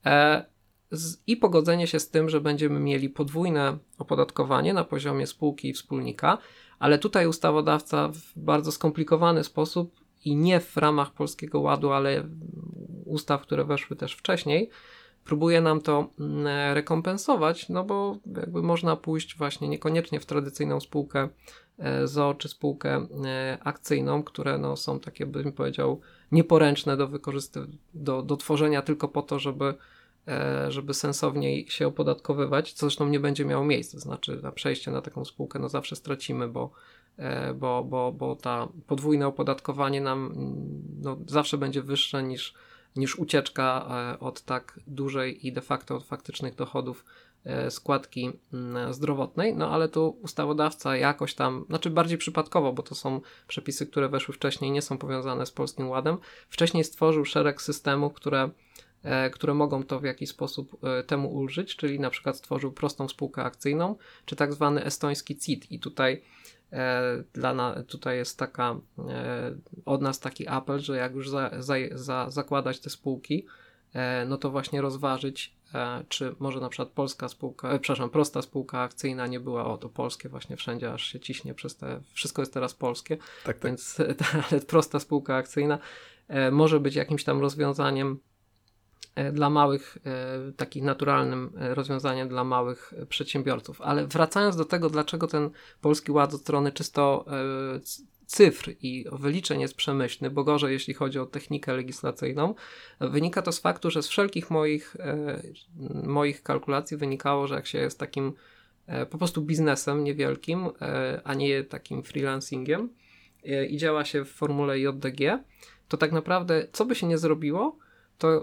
i pogodzenie się z tym, że będziemy mieli podwójne opodatkowanie na poziomie spółki i wspólnika, ale tutaj ustawodawca w bardzo skomplikowany sposób i nie w ramach Polskiego Ładu, ale ustaw, które weszły też wcześniej, próbuje nam to rekompensować, no bo jakby można pójść właśnie niekoniecznie w tradycyjną spółkę z.o.o. czy spółkę akcyjną, które no są takie, bym powiedział, nieporęczne do tworzenia tylko po to, żeby sensowniej się opodatkowywać, co zresztą nie będzie miało miejsca, to znaczy na przejście na taką spółkę no zawsze stracimy, bo ta podwójne opodatkowanie nam no, zawsze będzie wyższe niż ucieczka od tak dużej i de facto od faktycznych dochodów składki zdrowotnej, no ale tu ustawodawca jakoś tam, znaczy bardziej przypadkowo, bo to są przepisy, które weszły wcześniej, nie są powiązane z Polskim Ładem, wcześniej stworzył szereg systemów, które mogą to w jakiś sposób temu ulżyć, czyli na przykład stworzył prostą spółkę akcyjną, czy tak zwany estoński CIT i tutaj jest od nas taki apel, że jak już zakładać te spółki, no to właśnie rozważyć, czy może na przykład prosta spółka akcyjna nie była, to polskie właśnie wszędzie aż się ciśnie wszystko jest teraz polskie, Tak. Więc ale prosta spółka akcyjna może być jakimś tam rozwiązaniem dla małych, takich naturalnym rozwiązaniem dla małych przedsiębiorców. Ale wracając do tego, dlaczego ten Polski Ład od strony czysto cyfr i wyliczeń jest przemyślny, bo gorzej jeśli chodzi o technikę legislacyjną, wynika to z faktu, że z wszelkich moich kalkulacji wynikało, że jak się jest takim po prostu biznesem niewielkim, a nie takim freelancingiem i działa się w formule JDG, to tak naprawdę co by się nie zrobiło, to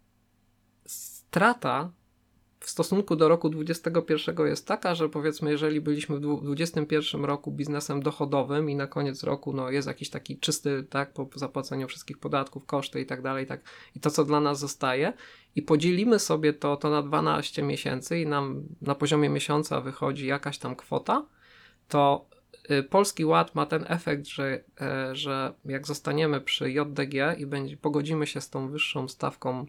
strata w stosunku do roku 2021 jest taka, że powiedzmy, jeżeli byliśmy w 2021 roku biznesem dochodowym i na koniec roku no, jest jakiś taki czysty, tak, po zapłaceniu wszystkich podatków, koszty i tak dalej, tak, i to, co dla nas zostaje, i podzielimy sobie to na 12 miesięcy i nam na poziomie miesiąca wychodzi jakaś tam kwota, to Polski Ład ma ten efekt, że jak zostaniemy przy JDG i pogodzimy się z tą wyższą stawką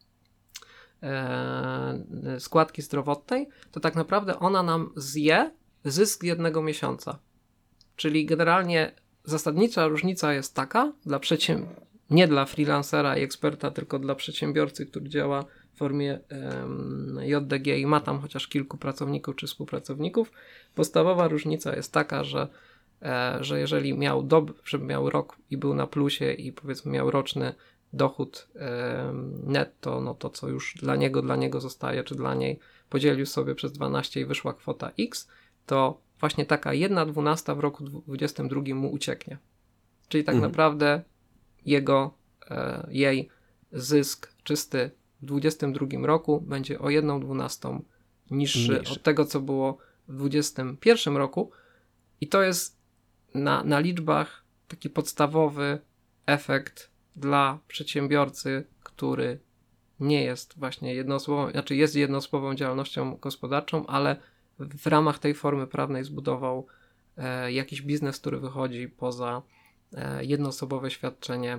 składki zdrowotnej, to tak naprawdę ona nam zje zysk jednego miesiąca. Czyli generalnie zasadnicza różnica jest taka, nie dla freelancera i eksperta, tylko dla przedsiębiorcy, który działa w formie JDG i ma tam chociaż kilku pracowników czy współpracowników. Podstawowa różnica jest taka, że jeżeli żeby miał rok i był na plusie i powiedzmy miał roczny dochód netto, no to co już dla niego zostaje, czy dla niej podzielił sobie przez 12 i wyszła kwota X, to właśnie taka 1/12 w roku 2022 mu ucieknie. Czyli tak naprawdę jej zysk czysty w 2022 roku będzie o 1/12 niższy od tego, co było w 2021 roku i to jest na liczbach taki podstawowy efekt dla przedsiębiorcy, który nie jest właśnie jest jednoosobową działalnością gospodarczą, ale w ramach tej formy prawnej zbudował jakiś biznes, który wychodzi poza jednoosobowe świadczenie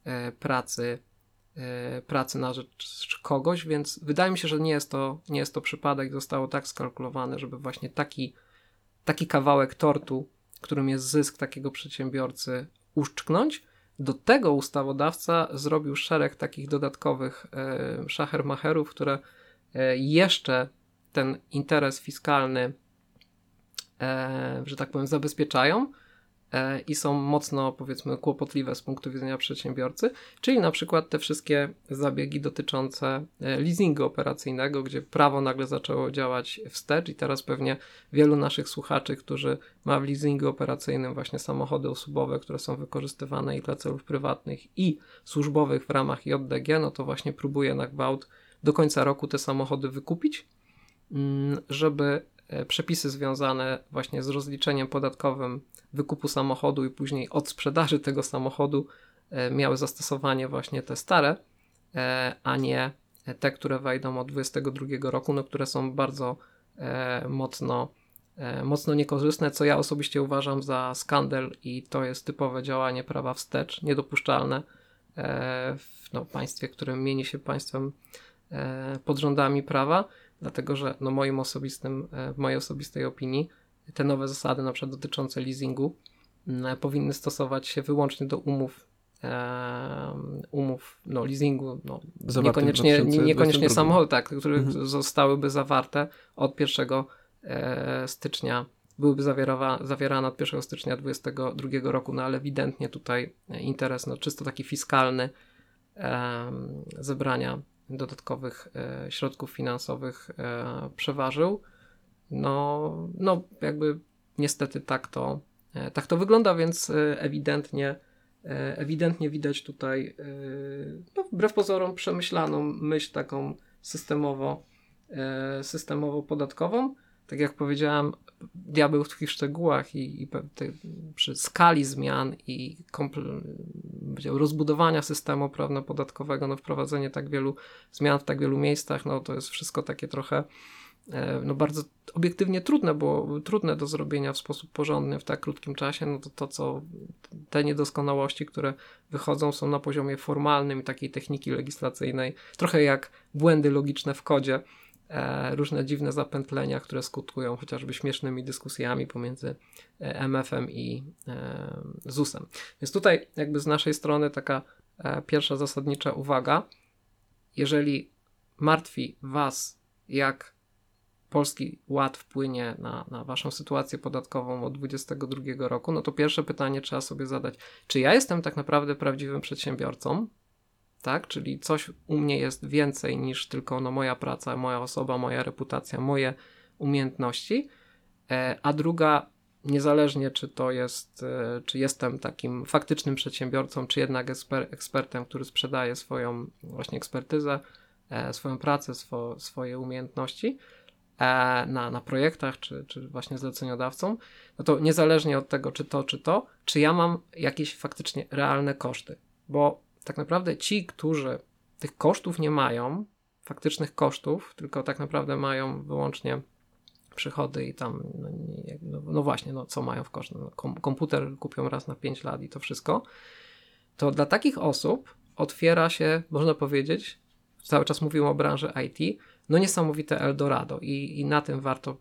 pracy na rzecz kogoś, więc wydaje mi się, że nie jest to przypadek, zostało tak skalkulowane, żeby właśnie taki kawałek tortu, którym jest zysk takiego przedsiębiorcy, uszczknąć. Do tego ustawodawca zrobił szereg takich dodatkowych szacher-macherów, które jeszcze ten interes fiskalny, że tak powiem, zabezpieczają i są mocno, powiedzmy, kłopotliwe z punktu widzenia przedsiębiorcy, czyli na przykład te wszystkie zabiegi dotyczące leasingu operacyjnego, gdzie prawo nagle zaczęło działać wstecz i teraz pewnie wielu naszych słuchaczy, którzy ma w leasingu operacyjnym właśnie samochody osobowe, które są wykorzystywane i dla celów prywatnych i służbowych w ramach JDG, no to właśnie próbuje na gwałt do końca roku te samochody wykupić, żeby przepisy związane właśnie z rozliczeniem podatkowym wykupu samochodu i później odsprzedaży tego samochodu miały zastosowanie właśnie te stare, a nie te, które wejdą od 2022 roku, no, które są bardzo mocno niekorzystne, co ja osobiście uważam za skandal i to jest typowe działanie prawa wstecz, niedopuszczalne w państwie, które mieni się państwem pod rządami prawa, dlatego że w mojej osobistej opinii te nowe zasady, na przykład dotyczące leasingu, powinny stosować się wyłącznie do umów leasingu, niekoniecznie samochody, tak, które zostałyby zawarte od 1 stycznia, byłyby zawierane od 1 stycznia 2022 roku, no ale ewidentnie tutaj interes czysto taki fiskalny zebrania dodatkowych środków finansowych przeważył. No jakby niestety tak to wygląda, więc ewidentnie widać tutaj wbrew pozorom przemyślaną myśl taką systemowo-podatkową. Tak jak powiedziałem, diabeł w tkwi w szczegółach i przy skali zmian i rozbudowania systemu prawno-podatkowego, wprowadzenie tak wielu zmian w tak wielu miejscach, to jest wszystko takie trochę bardzo obiektywnie trudne do zrobienia w sposób porządny w tak krótkim czasie, te niedoskonałości, które wychodzą, są na poziomie formalnym i takiej techniki legislacyjnej, trochę jak błędy logiczne w kodzie, różne dziwne zapętlenia, które skutkują chociażby śmiesznymi dyskusjami pomiędzy MF-em i ZUS-em. Więc tutaj jakby z naszej strony taka pierwsza zasadnicza uwaga. Jeżeli martwi Was, jak Polski Ład wpłynie na waszą sytuację podatkową od 2022 roku, no to pierwsze pytanie trzeba sobie zadać, czy ja jestem tak naprawdę prawdziwym przedsiębiorcą, tak? Czyli coś u mnie jest więcej niż tylko moja praca, moja osoba, moja reputacja, moje umiejętności, a druga, niezależnie czy jestem takim faktycznym przedsiębiorcą, czy jednak ekspertem, który sprzedaje swoją właśnie ekspertyzę, swoją pracę, swoje umiejętności na projektach, czy właśnie zleceniodawcą, no to niezależnie od tego, czy ja mam jakieś faktycznie realne koszty, bo tak naprawdę ci, którzy tych kosztów nie mają, faktycznych kosztów, tylko tak naprawdę mają wyłącznie przychody i tam, co mają w kosztach, komputer kupią raz na 5 lat i to wszystko, to dla takich osób otwiera się, można powiedzieć, cały czas mówimy o branży IT, niesamowite Eldorado i na tym warto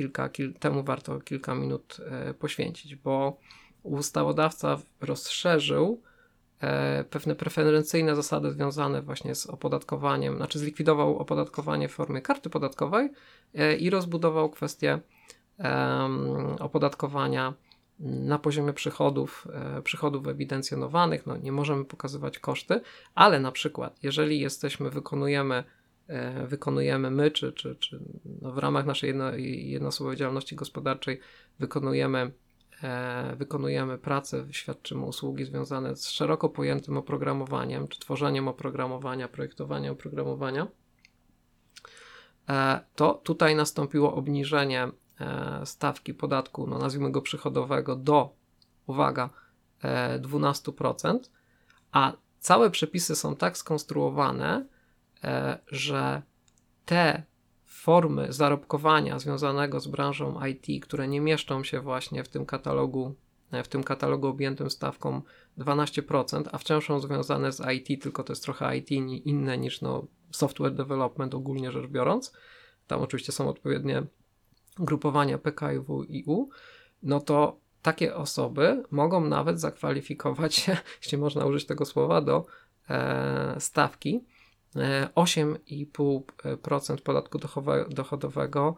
kilka minut poświęcić, bo ustawodawca rozszerzył pewne preferencyjne zasady związane właśnie z opodatkowaniem, zlikwidował opodatkowanie w formie karty podatkowej i rozbudował kwestię opodatkowania na poziomie przychodów ewidencjonowanych. Nie możemy pokazywać koszty, ale na przykład jeżeli wykonujemy my, czy w ramach naszej jednoosobowej działalności gospodarczej wykonujemy pracę, świadczymy usługi związane z szeroko pojętym oprogramowaniem, czy tworzeniem oprogramowania, projektowaniem oprogramowania, to tutaj nastąpiło obniżenie stawki podatku, nazwijmy go przychodowego, do, uwaga, 12%, a całe przepisy są tak skonstruowane, że te formy zarobkowania związanego z branżą IT, które nie mieszczą się właśnie w tym katalogu objętym stawką 12%, a wciąż są związane z IT, tylko to jest trochę IT inne niż software development ogólnie rzecz biorąc, tam oczywiście są odpowiednie grupowania PKW i U, to takie osoby mogą nawet zakwalifikować się, jeśli można użyć tego słowa, do stawki 8,5% podatku dochodowego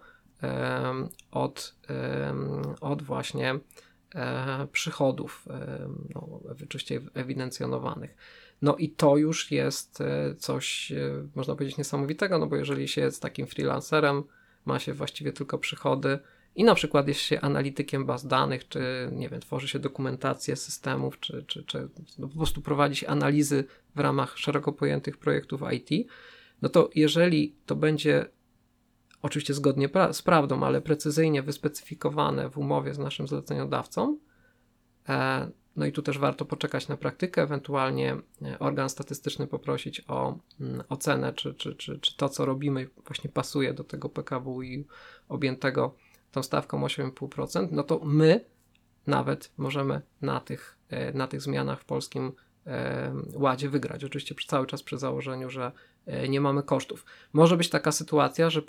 od właśnie przychodów oczywiście ewidencjonowanych. I to już jest coś, można powiedzieć, niesamowitego, bo jeżeli się jest takim freelancerem, ma się właściwie tylko przychody i na przykład jest się analitykiem baz danych, czy tworzy się dokumentację systemów, czy po prostu prowadzi się analizy w ramach szeroko pojętych projektów IT, to jeżeli to będzie oczywiście zgodnie z prawdą, ale precyzyjnie wyspecyfikowane w umowie z naszym zleceniodawcą. No i tu też warto poczekać na praktykę, ewentualnie organ statystyczny poprosić o ocenę, czy to, co robimy, właśnie pasuje do tego PKWiU objętego tą stawką 8,5%, no to my nawet możemy na tych zmianach w Polskim Ładzie wygrać. Oczywiście cały czas przy założeniu, że nie mamy kosztów. Może być taka sytuacja, że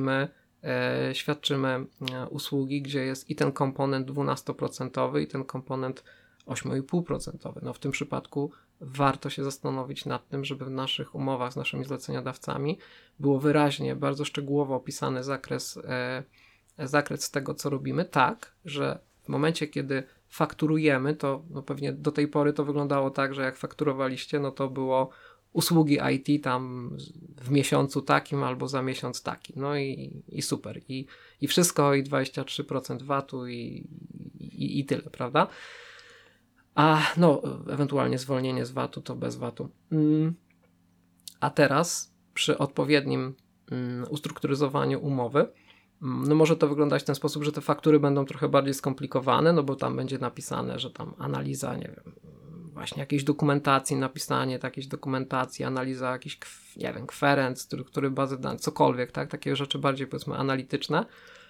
świadczymy usługi, gdzie jest i ten komponent 12% i ten komponent 8,5%. No w tym przypadku warto się zastanowić nad tym, żeby w naszych umowach z naszymi zleceniodawcami było wyraźnie, bardzo szczegółowo opisany zakres tego, co robimy, tak, że w momencie, kiedy fakturujemy, to no pewnie do tej pory to wyglądało tak, że jak fakturowaliście, no to było usługi IT tam w miesiącu takim albo za miesiąc taki. No i super. I wszystko, i 23% VAT-u i tyle, prawda? A no, ewentualnie zwolnienie z VAT-u to bez VAT-u. A teraz przy odpowiednim ustrukturyzowaniu umowy, no może to wyglądać w ten sposób, że te faktury będą trochę bardziej skomplikowane, no bo tam będzie napisane, że tam analiza, nie wiem, właśnie jakiejś dokumentacji, napisanie jakiejś dokumentacji, analiza jakichś, nie wiem, kwerenc, który bazy danych, cokolwiek, tak, takie rzeczy bardziej powiedzmy analityczne,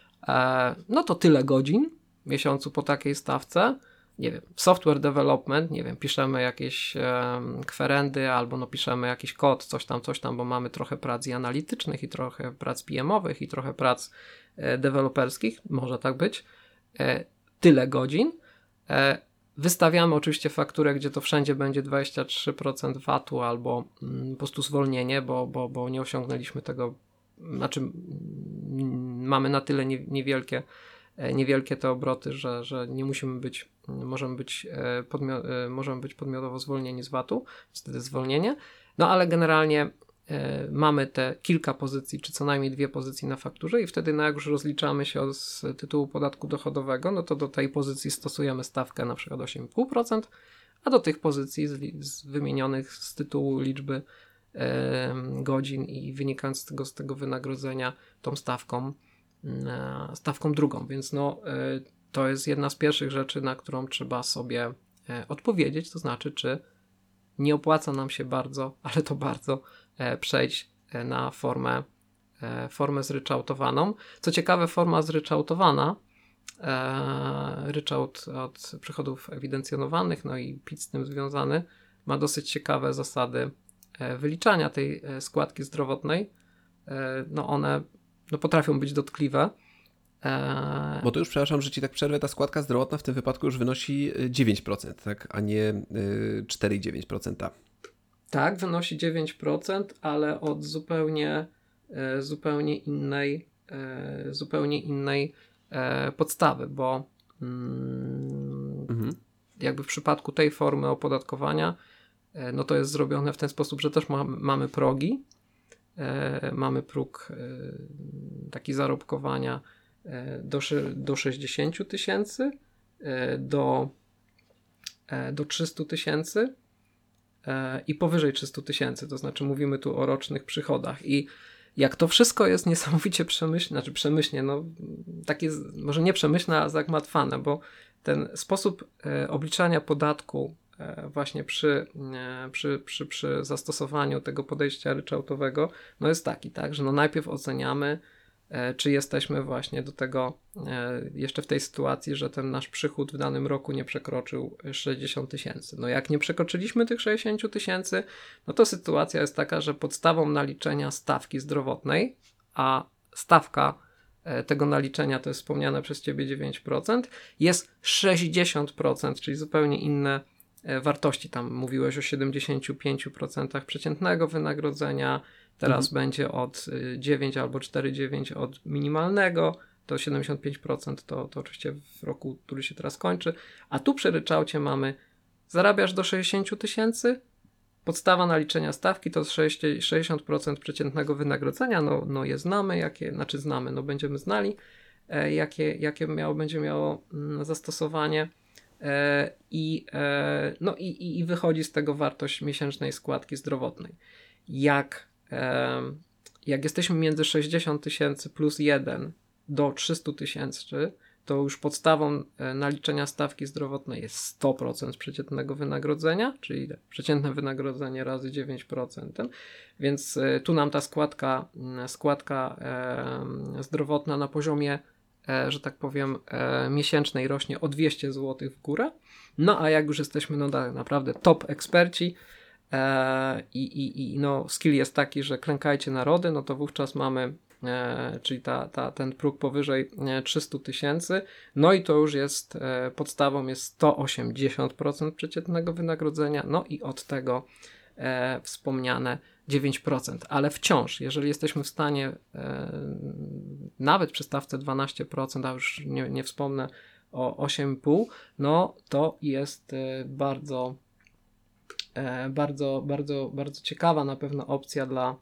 no to tyle godzin w miesiącu po takiej stawce. Nie wiem, software development, nie wiem, piszemy jakieś kwerendy albo no piszemy jakiś kod, coś tam, bo mamy trochę prac i analitycznych i trochę prac PM-owych i trochę prac deweloperskich, może tak być, tyle godzin. Wystawiamy oczywiście fakturę, gdzie to wszędzie będzie 23% VAT-u albo po prostu zwolnienie, bo nie osiągnęliśmy tego, znaczy mamy na tyle niewielkie te obroty, że nie musimy być, możemy być podmiotowo zwolnieni z VAT-u, wtedy zwolnienie, no ale generalnie mamy te kilka pozycji, czy co najmniej 2 pozycje na fakturze i wtedy jak już rozliczamy się z tytułu podatku dochodowego, no to do tej pozycji stosujemy stawkę na przykład 8,5%, a do tych pozycji wymienionych z tytułu liczby godzin i wynikając z tego wynagrodzenia tą stawką drugą, więc no to jest jedna z pierwszych rzeczy, na którą trzeba sobie odpowiedzieć, to znaczy czy nie opłaca nam się bardzo, ale to bardzo przejść na formę zryczałtowaną. Co ciekawe, forma zryczałtowana, ryczałt od przychodów ewidencjonowanych, no i PIT z tym związany, ma dosyć ciekawe zasady wyliczania tej składki zdrowotnej. No one potrafią być dotkliwe. Bo to już, przepraszam, że ci tak przerwę, ta składka zdrowotna w tym wypadku już wynosi 9%, tak? A nie 4,9%. Tak, wynosi 9%, ale od zupełnie innej podstawy, bo jakby w przypadku tej formy opodatkowania, no to jest zrobione w ten sposób, że też mamy progi. Mamy próg taki zarobkowania do 60 000, do 300 000 i powyżej 300 000, to znaczy mówimy tu o rocznych przychodach i jak to wszystko jest niesamowicie przemyślnie, no takie może nie przemyślne, a zagmatwane, bo ten sposób obliczania podatku właśnie przy zastosowaniu tego podejścia ryczałtowego, no jest taki, tak, że no najpierw oceniamy, czy jesteśmy właśnie do tego jeszcze w tej sytuacji, że ten nasz przychód w danym roku nie przekroczył 60 000. No jak nie przekroczyliśmy tych 60 000, no to sytuacja jest taka, że podstawą naliczenia stawki zdrowotnej, a stawka tego naliczenia to jest wspomniane przez Ciebie 9%, jest 60%, czyli zupełnie inne wartości. Tam mówiłeś o 75% przeciętnego wynagrodzenia, teraz będzie od 9 albo 4,9 od minimalnego, to 75% to oczywiście w roku, który się teraz kończy, a tu przy ryczałcie mamy zarabiasz do 60 000, podstawa naliczenia stawki to 60% przeciętnego wynagrodzenia, no je znamy, będziemy znali, jakie będzie miało zastosowanie. I wychodzi z tego wartość miesięcznej składki zdrowotnej. Jak jak jesteśmy między 60 000 plus 1 do 300 000, to już podstawą naliczenia stawki zdrowotnej jest 100% przeciętnego wynagrodzenia, czyli przeciętne wynagrodzenie razy 9%. Więc tu nam ta składka zdrowotna na poziomie, że tak powiem, miesięcznej rośnie o 200 zł w górę. No a jak już jesteśmy naprawdę top eksperci i skill jest taki, że klękajcie narody, no to wówczas mamy czyli ten próg powyżej 300 000, no i to już jest, podstawą jest 180% przeciętnego wynagrodzenia, no i od tego wspomniane 9%, ale wciąż, jeżeli jesteśmy w stanie nawet przy stawce 12%, a już nie wspomnę o 8,5%, no to jest bardzo ciekawa na pewno opcja dla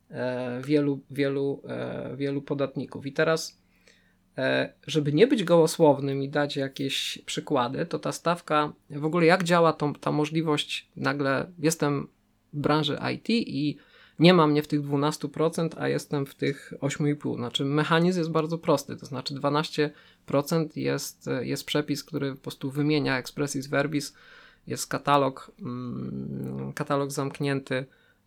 wielu podatników. I teraz, żeby nie być gołosłownym i dać jakieś przykłady, to ta stawka, w ogóle jak działa ta możliwość, nagle jestem w branży IT i nie ma mnie w tych 12%, a jestem w tych 8,5%. Znaczy mechanizm jest bardzo prosty, to znaczy 12% jest przepis, który po prostu wymienia expressis verbis, jest katalog zamknięty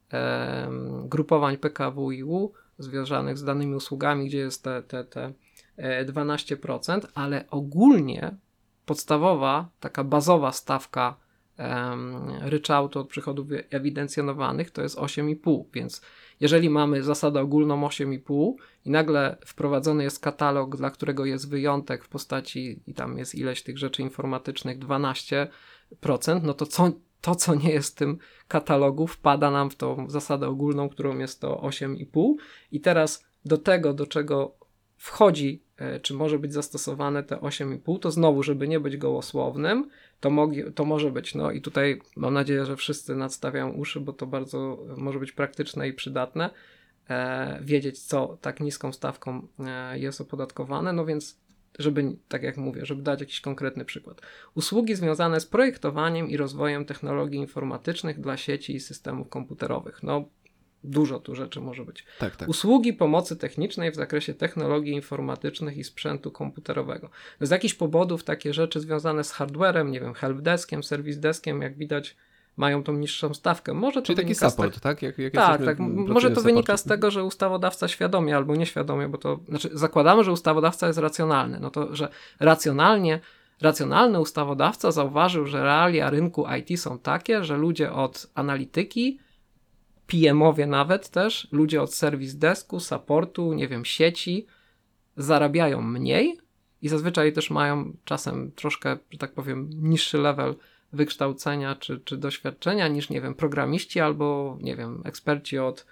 grupowań PKWiU związanych z danymi usługami, gdzie jest te 12%, ale ogólnie podstawowa, taka bazowa stawka ryczałtu od przychodów ewidencjonowanych to jest 8,5, więc jeżeli mamy zasadę ogólną 8,5 i nagle wprowadzony jest katalog, dla którego jest wyjątek w postaci i tam jest ileś tych rzeczy informatycznych 12%, no to co nie jest w tym katalogu, wpada nam w tą zasadę ogólną, którą jest to 8,5 i teraz do tego, do czego wchodzi, czy może być zastosowane te 8,5, to znowu, żeby nie być gołosłownym, to może być, no i tutaj mam nadzieję, że wszyscy nadstawiają uszy, bo to bardzo może być praktyczne i przydatne, wiedzieć, co tak niską stawką jest opodatkowane, no więc żeby, tak jak mówię, żeby dać jakiś konkretny przykład. Usługi związane z projektowaniem i rozwojem technologii informatycznych dla sieci i systemów komputerowych. No, dużo tu rzeczy może być. Tak. Usługi pomocy technicznej w zakresie technologii informatycznych i sprzętu komputerowego. Z jakichś powodów takie rzeczy związane z hardwarem, nie wiem, helpdeskiem, service deskiem, jak widać, mają tą niższą stawkę. Może czyli to taki support, tak? Tak. Może to wynika z tego, że ustawodawca świadomie albo nieświadomie, bo to znaczy zakładamy, że ustawodawca jest racjonalny. No to, że racjonalny ustawodawca zauważył, że realia rynku IT są takie, że ludzie od analityki, PM-owie nawet też, ludzie od service desku, supportu, nie wiem, sieci zarabiają mniej i zazwyczaj też mają czasem troszkę, że tak powiem, niższy level wykształcenia czy doświadczenia niż, nie wiem, programiści albo, nie wiem, eksperci od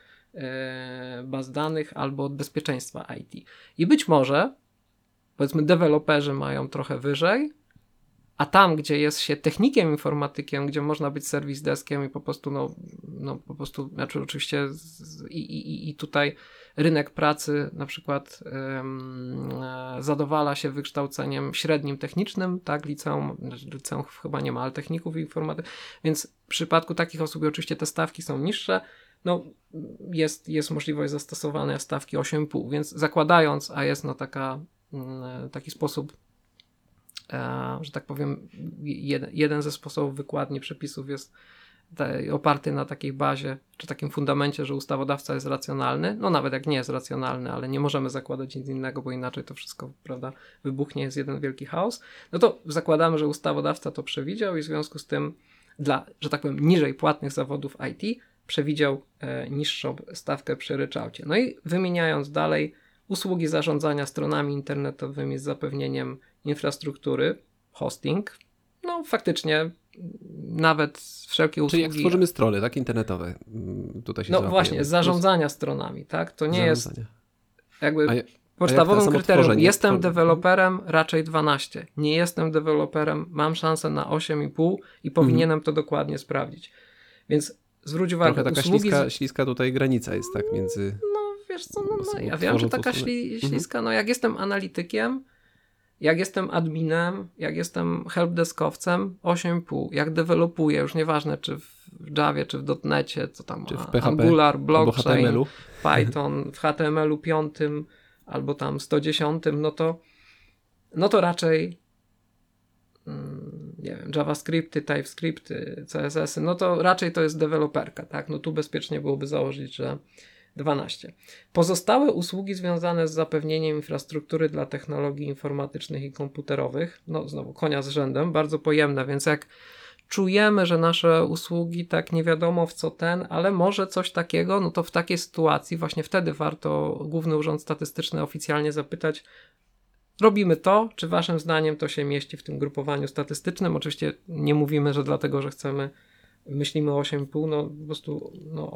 baz danych albo od bezpieczeństwa IT. I być może, powiedzmy, deweloperzy mają trochę wyżej, a tam, gdzie jest się technikiem, informatykiem, gdzie można być serwis deskiem i po prostu, znaczy oczywiście i tutaj rynek pracy na przykład zadowala się wykształceniem średnim technicznym, tak, liceum chyba nie ma, ale techników i informatyków, więc w przypadku takich osób oczywiście te stawki są niższe, no jest możliwość zastosowania stawki 8,5, więc zakładając, a jest taki sposób, że tak powiem, jeden ze sposobów wykładni przepisów jest oparty na takiej bazie, czy takim fundamencie, że ustawodawca jest racjonalny, no nawet jak nie jest racjonalny, ale nie możemy zakładać nic innego, bo inaczej to wszystko, prawda, wybuchnie, jest jeden wielki chaos, no to zakładamy, że ustawodawca to przewidział i w związku z tym dla, że tak powiem, niżej płatnych zawodów IT przewidział niższą stawkę przy ryczałcie. No i wymieniając dalej, usługi zarządzania stronami internetowymi z zapewnieniem infrastruktury, hosting, no faktycznie nawet wszelkie usługi... Czyli jak stworzymy strony, tak, internetowe, tutaj się załapujemy. Właśnie, zarządzania stronami, tak, to nie jest jakby a podstawowym kryterium. Jestem deweloperem, raczej 12. Nie jestem deweloperem, mam szansę na 8,5 i powinienem to dokładnie sprawdzić. Więc zwróć uwagę, trochę taka śliska tutaj granica jest, tak, między... Wiesz co, ja wiem, że taka śliska, no jak jestem analitykiem, jak jestem adminem, jak jestem helpdeskowcem, 8,5. Jak dewelopuję, już nieważne czy w Javie, czy w .NETcie, co tam, czy w PHP, Angular, blockchain, Python w HTML-u 5 albo tam 110, no to raczej nie wiem, JavaScripty, TypeScripty, CSS-y, no to raczej to jest deweloperka, tak? No tu bezpiecznie byłoby założyć, że 12. Pozostałe usługi związane z zapewnieniem infrastruktury dla technologii informatycznych i komputerowych, no znowu konia z rzędem, bardzo pojemne, więc jak czujemy, że nasze usługi tak nie wiadomo w co ale może coś takiego, no to w takiej sytuacji właśnie wtedy warto Główny Urząd Statystyczny oficjalnie zapytać, robimy to, czy waszym zdaniem to się mieści w tym grupowaniu statystycznym? Oczywiście nie mówimy, że dlatego, że myślimy o 8,5, no po prostu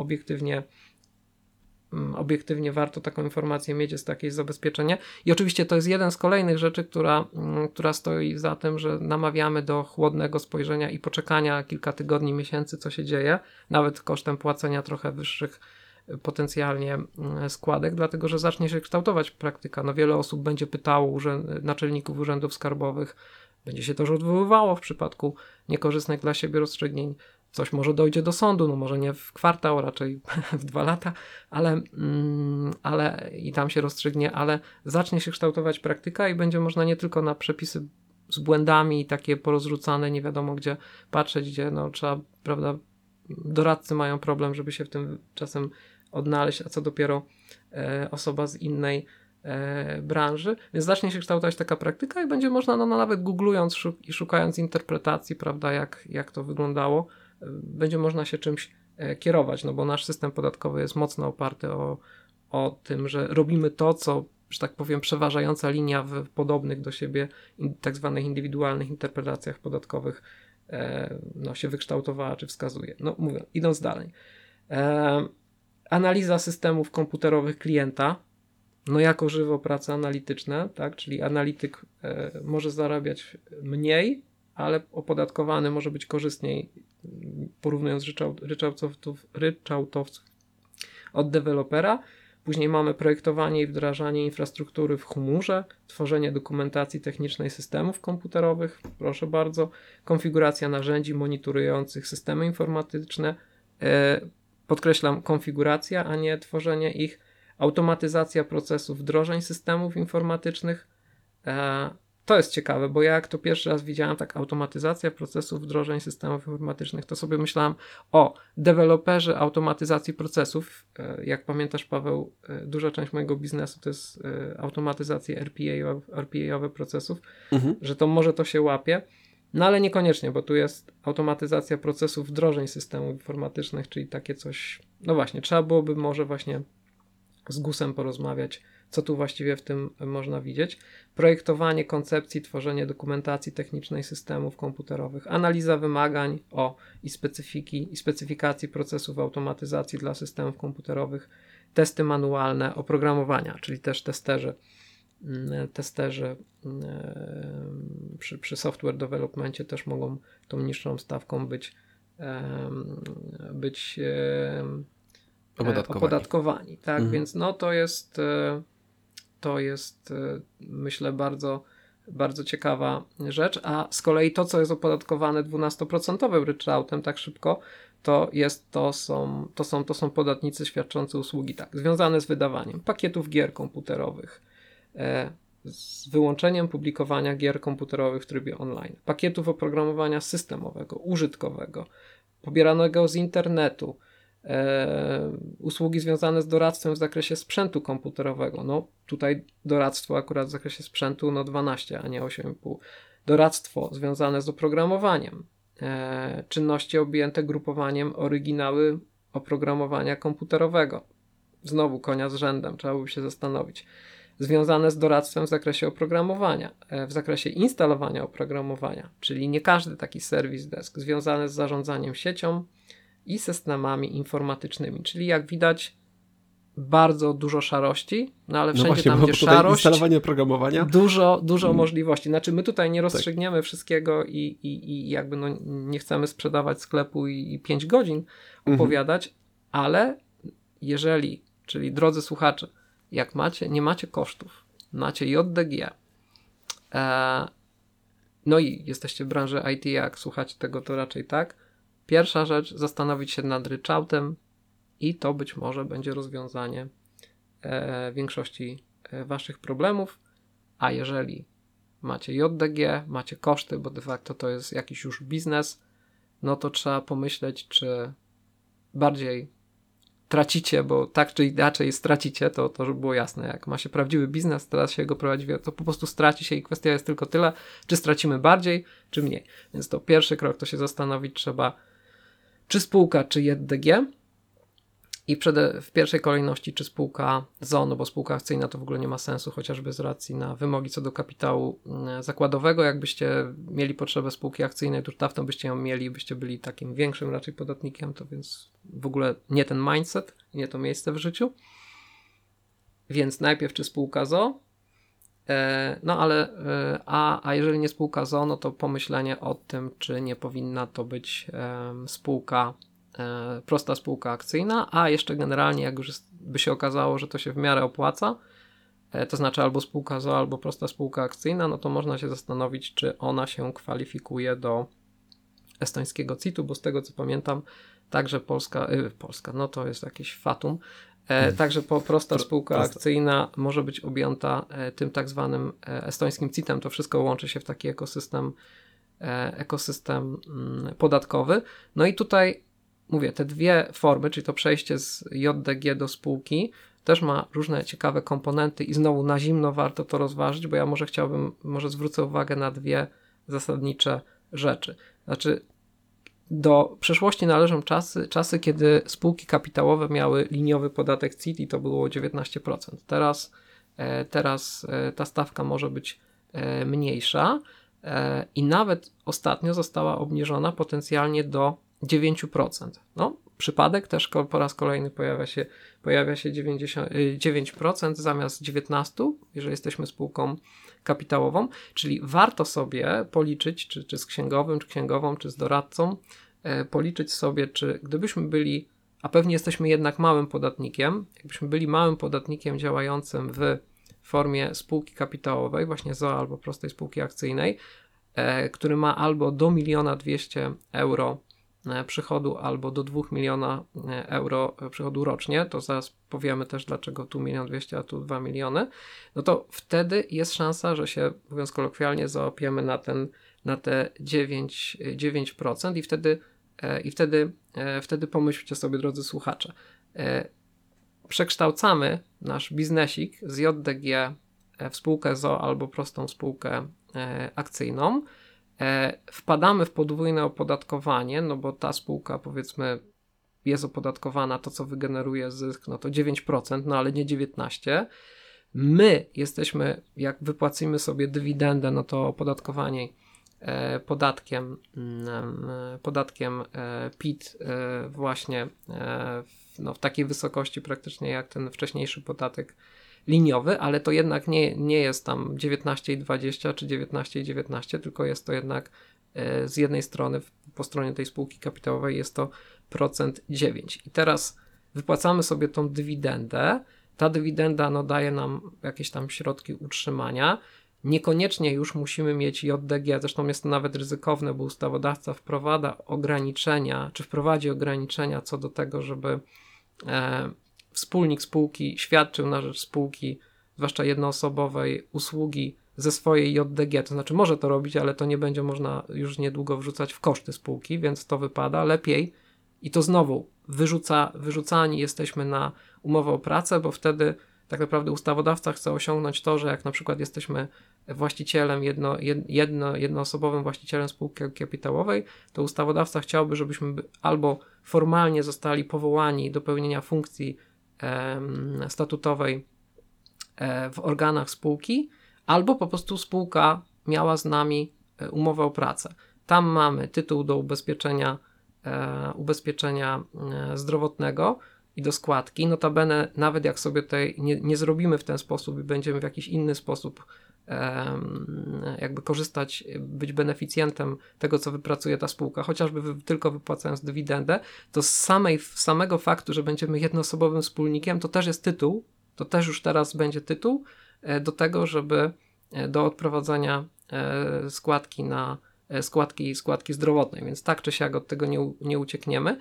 obiektywnie warto taką informację mieć, jest takie zabezpieczenie. I oczywiście to jest jeden z kolejnych rzeczy, która stoi za tym, że namawiamy do chłodnego spojrzenia i poczekania kilka tygodni, miesięcy, co się dzieje, nawet kosztem płacenia trochę wyższych potencjalnie składek, dlatego że zacznie się kształtować praktyka. No wiele osób będzie pytało naczelników urzędów skarbowych, będzie się też odwoływało w przypadku niekorzystnych dla siebie rozstrzygnięć. Coś może dojdzie do sądu, no może nie w kwartał, raczej w 2 lata, ale i tam się rozstrzygnie, ale zacznie się kształtować praktyka i będzie można nie tylko na przepisy z błędami i takie porozrzucane, nie wiadomo gdzie patrzeć, gdzie no trzeba, prawda, doradcy mają problem, żeby się w tym czasem odnaleźć, a co dopiero osoba z innej branży, więc zacznie się kształtować taka praktyka i będzie można, no nawet googlując i szukając interpretacji, prawda, jak to wyglądało, będzie można się czymś kierować, no bo nasz system podatkowy jest mocno oparty o tym, że robimy to, co, że tak powiem, przeważająca linia w podobnych do siebie tak zwanych indywidualnych interpretacjach podatkowych no, się wykształtowała czy wskazuje. No mówię, idąc dalej. Analiza systemów komputerowych klienta, no jako żywo prace analityczne, tak, czyli analityk może zarabiać mniej, ale opodatkowany może być korzystniej, porównując ryczałtowców od dewelopera. Później mamy projektowanie i wdrażanie infrastruktury w chmurze, tworzenie dokumentacji technicznej systemów komputerowych, proszę bardzo, konfiguracja narzędzi monitorujących systemy informatyczne, podkreślam konfiguracja, a nie tworzenie ich, automatyzacja procesów wdrożeń systemów informatycznych. To jest ciekawe, bo ja jak to pierwszy raz widziałem, tak automatyzacja procesów wdrożeń systemów informatycznych, to sobie myślałem o deweloperzy automatyzacji procesów. Jak pamiętasz, Paweł, duża część mojego biznesu to jest automatyzacja RPA-owe procesów, że to może to się łapie, no ale niekoniecznie, bo tu jest automatyzacja procesów wdrożeń systemów informatycznych, czyli takie coś, no właśnie, trzeba byłoby może właśnie z GUS-em porozmawiać, co tu właściwie w tym można widzieć. Projektowanie koncepcji, tworzenie dokumentacji technicznej systemów komputerowych, analiza wymagań i specyfikacji procesów automatyzacji dla systemów komputerowych, testy manualne, oprogramowania, czyli też testerzy przy software developmencie też mogą tą niższą stawką być opodatkowani. Tak? Więc no to jest myślę bardzo, bardzo ciekawa rzecz, a z kolei to, co jest opodatkowane 12% ryczałtem tak szybko, to są podatnicy świadczący usługi tak, związane z wydawaniem pakietów gier komputerowych, z wyłączeniem publikowania gier komputerowych w trybie online, pakietów oprogramowania systemowego, użytkowego, pobieranego z internetu, usługi związane z doradztwem w zakresie sprzętu komputerowego. No tutaj doradztwo akurat w zakresie sprzętu 12, a nie 8,5. Doradztwo związane z oprogramowaniem, czynności objęte grupowaniem oryginały oprogramowania komputerowego. Znowu konia z rzędem, trzeba by się zastanowić. Związane z doradztwem w zakresie oprogramowania, w zakresie instalowania oprogramowania, czyli nie każdy taki serwis desk, związane z zarządzaniem siecią i systemami informatycznymi, czyli jak widać bardzo dużo szarości, no ale wszędzie tam, gdzie szarość, instalowanie oprogramowania, dużo możliwości. Znaczy my tutaj nie rozstrzygniemy wszystkiego i jakby no nie chcemy sprzedawać sklepu i 5 godzin opowiadać, ale jeżeli, czyli drodzy słuchacze, jak nie macie kosztów, macie JDG, no i jesteście w branży IT, jak słuchacie tego, to raczej tak. Pierwsza rzecz, zastanowić się nad ryczałtem i to być może będzie rozwiązanie większości waszych problemów, a jeżeli macie JDG, macie koszty, bo de facto to jest jakiś już biznes, no to trzeba pomyśleć, czy bardziej tracicie, bo tak czy inaczej stracicie, to żeby było jasne, jak ma się prawdziwy biznes, teraz się go prowadzi, to po prostu straci się i kwestia jest tylko tyle, czy stracimy bardziej, czy mniej. Więc to pierwszy krok, to się zastanowić trzeba, czy spółka, czy JDG i w pierwszej kolejności, czy spółka ZO, no bo spółka akcyjna to w ogóle nie ma sensu, chociażby z racji na wymogi co do kapitału zakładowego. Jakbyście mieli potrzebę spółki akcyjnej, to już dawno byście ją mieli, byście byli takim większym raczej podatnikiem, to więc w ogóle nie ten mindset, nie to miejsce w życiu. Więc najpierw czy spółka ZO, no ale a jeżeli nie spółka ZO, no to pomyślenie o tym, czy nie powinna to być spółka, prosta spółka akcyjna, a jeszcze generalnie jak już by się okazało, że to się w miarę opłaca, to znaczy albo spółka ZO, albo prosta spółka akcyjna, no to można się zastanowić, czy ona się kwalifikuje do estońskiego CIT-u, bo z tego co pamiętam, także Polska, no to jest jakieś fatum, także prosta spółka akcyjna może być objęta tym tak zwanym estońskim CIT-em. To wszystko łączy się w taki ekosystem podatkowy. No i tutaj mówię, te dwie formy, czyli to przejście z JDG do spółki, też ma różne ciekawe komponenty i znowu na zimno warto to rozważyć, bo ja może zwrócę uwagę na dwie zasadnicze rzeczy. Znaczy, do przeszłości należą czasy, kiedy spółki kapitałowe miały liniowy podatek CIT i to było 19%. Teraz ta stawka może być mniejsza i nawet ostatnio została obniżona potencjalnie do 9%. No, przypadek też po raz kolejny pojawia się 9% zamiast 19%, jeżeli jesteśmy spółką kapitałową, czyli warto sobie policzyć, czy z księgowym, czy księgową, czy z doradcą, policzyć sobie, czy gdybyśmy byli, a pewnie jesteśmy jednak małym podatnikiem, jakbyśmy byli małym podatnikiem działającym w formie spółki kapitałowej, właśnie ZO albo prostej spółki akcyjnej, który ma albo do 1 200 000 euro przychodu, albo do 2 miliona euro przychodu rocznie, to zaraz powiemy też, dlaczego tu 1 200 000, a tu 2 miliony, no to wtedy jest szansa, że się, mówiąc kolokwialnie, załapiemy na te 9% i wtedy pomyślcie sobie, drodzy słuchacze, przekształcamy nasz biznesik z JDG w spółkę ZO albo prostą spółkę akcyjną, wpadamy w podwójne opodatkowanie, no bo ta spółka, powiedzmy, jest opodatkowana, to co wygeneruje zysk, no to 9%, no ale nie 19%. My jesteśmy, jak wypłacimy sobie dywidendę, no to opodatkowanie podatkiem PIT właśnie w takiej wysokości praktycznie jak ten wcześniejszy podatek liniowy, ale to jednak nie jest tam 19,20 czy 19,19, tylko jest to jednak z jednej strony, po stronie tej spółki kapitałowej jest to 9%. I teraz wypłacamy sobie tą dywidendę. Ta dywidenda daje nam jakieś tam środki utrzymania. Niekoniecznie już musimy mieć JDG, zresztą jest to nawet ryzykowne, bo ustawodawca wprowadzi ograniczenia co do tego, żeby wspólnik spółki świadczył na rzecz spółki, zwłaszcza jednoosobowej, usługi ze swojej JDG, to znaczy może to robić, ale to nie będzie można już niedługo wrzucać w koszty spółki, więc to wypada lepiej i to znowu wyrzucani jesteśmy na umowę o pracę, bo wtedy tak naprawdę ustawodawca chce osiągnąć to, że jak na przykład jesteśmy właścicielem, jednoosobowym właścicielem spółki kapitałowej, to ustawodawca chciałby, żebyśmy albo formalnie zostali powołani do pełnienia funkcji statutowej w organach spółki, albo po prostu spółka miała z nami umowę o pracę. Tam mamy tytuł do ubezpieczenia zdrowotnego i do składki. Notabene, nawet jak sobie tutaj nie zrobimy w ten sposób i będziemy w jakiś inny sposób jakby korzystać, być beneficjentem tego, co wypracuje ta spółka, chociażby tylko wypłacając dywidendę, to z samego faktu, że będziemy jednoosobowym wspólnikiem, to też jest tytuł, to też już teraz będzie tytuł do tego, żeby do odprowadzania składki zdrowotnej, więc tak czy siak od tego nie uciekniemy,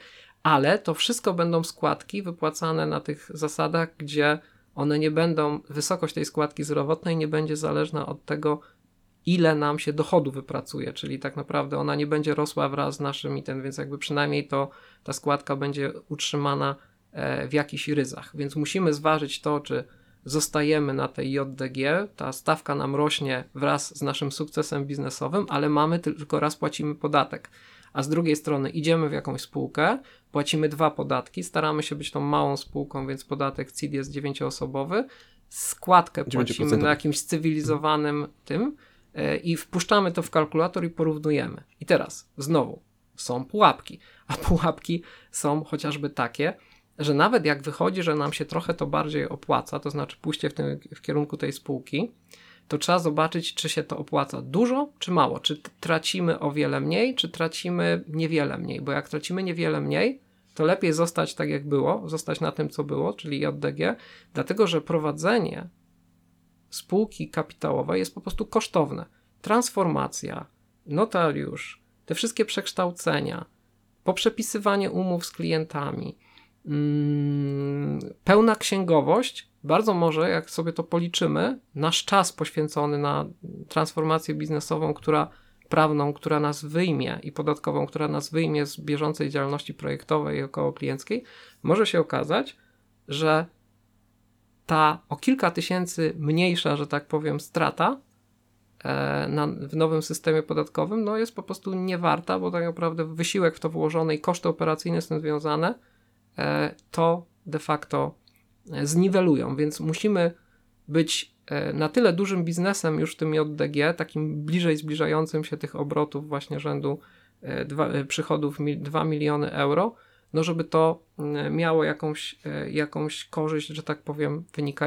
ale to wszystko będą składki wypłacane na tych zasadach, gdzie one nie będą, wysokość tej składki zdrowotnej nie będzie zależna od tego, ile nam się dochodu wypracuje, czyli tak naprawdę ona nie będzie rosła wraz z naszym więc jakby przynajmniej to ta składka będzie utrzymana w jakichś ryzach, więc musimy zważyć to, czy zostajemy na tej JDG, ta stawka nam rośnie wraz z naszym sukcesem biznesowym, ale mamy tylko raz płacimy podatek, a z drugiej strony idziemy w jakąś spółkę, płacimy 2 podatki, staramy się być tą małą spółką, więc podatek CIT jest 9-osobowy, składkę płacimy na jakimś cywilizowanym tym i wpuszczamy to w kalkulator i porównujemy. I teraz znowu są pułapki, a pułapki są chociażby takie, że nawet jak wychodzi, że nam się trochę to bardziej opłaca, to znaczy pójście w kierunku tej spółki, to trzeba zobaczyć, czy się to opłaca dużo, czy mało. Czy tracimy o wiele mniej, czy tracimy niewiele mniej. Bo jak tracimy niewiele mniej, to lepiej zostać tak jak było, zostać na tym, co było, czyli JDG, dlatego że prowadzenie spółki kapitałowej jest po prostu kosztowne. Transformacja, notariusz, te wszystkie przekształcenia, poprzepisywanie umów z klientami, pełna księgowość, bardzo może, jak sobie to policzymy, nasz czas poświęcony na transformację biznesową, prawną, która nas wyjmie i podatkową, która nas wyjmie z bieżącej działalności projektowej i okołoklienckiej, może się okazać, że ta o kilka tysięcy mniejsza, że tak powiem, strata w nowym systemie podatkowym jest po prostu niewarta, bo tak naprawdę wysiłek w to włożony i koszty operacyjne z tym związane to de facto zniwelują, więc musimy być na tyle dużym biznesem już w tym JDG, takim bliżej zbliżającym się tych obrotów właśnie rzędu przychodów 2 miliony euro, żeby to miało jakąś korzyść, że tak powiem,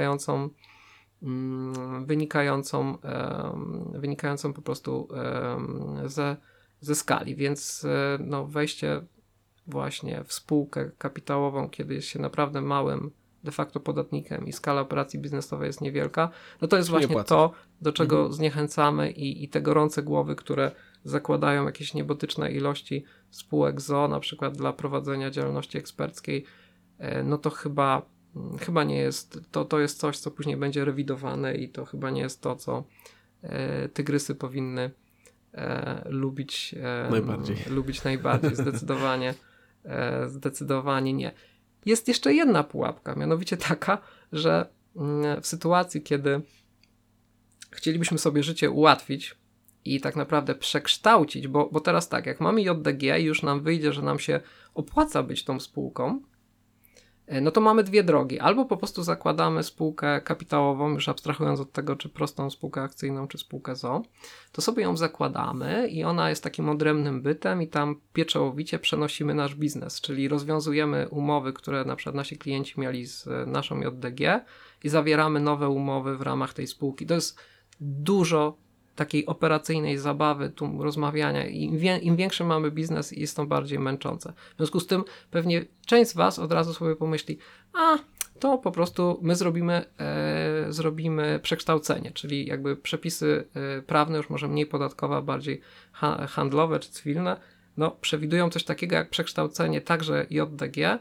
wynikającą po prostu ze skali, więc wejście właśnie w spółkę kapitałową, kiedy jest się naprawdę małym de facto podatnikiem i skala operacji biznesowej jest niewielka, to jest właśnie to, do czego zniechęcamy i te gorące głowy, które zakładają jakieś niebotyczne ilości spółek ZO, na przykład dla prowadzenia działalności eksperckiej, to chyba nie jest, to jest coś, co później będzie rewidowane i to chyba nie jest to, co tygrysy powinny lubić najbardziej, zdecydowanie nie. Jest jeszcze jedna pułapka, mianowicie taka, że w sytuacji, kiedy chcielibyśmy sobie życie ułatwić i tak naprawdę przekształcić, bo teraz tak, jak mamy JDG i już nam wyjdzie, że nam się opłaca być tą spółką, to mamy 2 drogi. Albo po prostu zakładamy spółkę kapitałową, już abstrahując od tego, czy prostą spółkę akcyjną, czy spółkę ZO, to sobie ją zakładamy i ona jest takim odrębnym bytem i tam pieczołowicie przenosimy nasz biznes, czyli rozwiązujemy umowy, które na przykład nasi klienci mieli z naszą JDG i zawieramy nowe umowy w ramach tej spółki. To jest dużo takiej operacyjnej zabawy, tu rozmawiania. Im większy mamy biznes, jest to bardziej męczące. W związku z tym pewnie część z Was od razu sobie pomyśli, to po prostu my zrobimy przekształcenie, czyli jakby przepisy prawne, już może mniej podatkowe, bardziej handlowe czy cywilne, przewidują coś takiego jak przekształcenie także JDG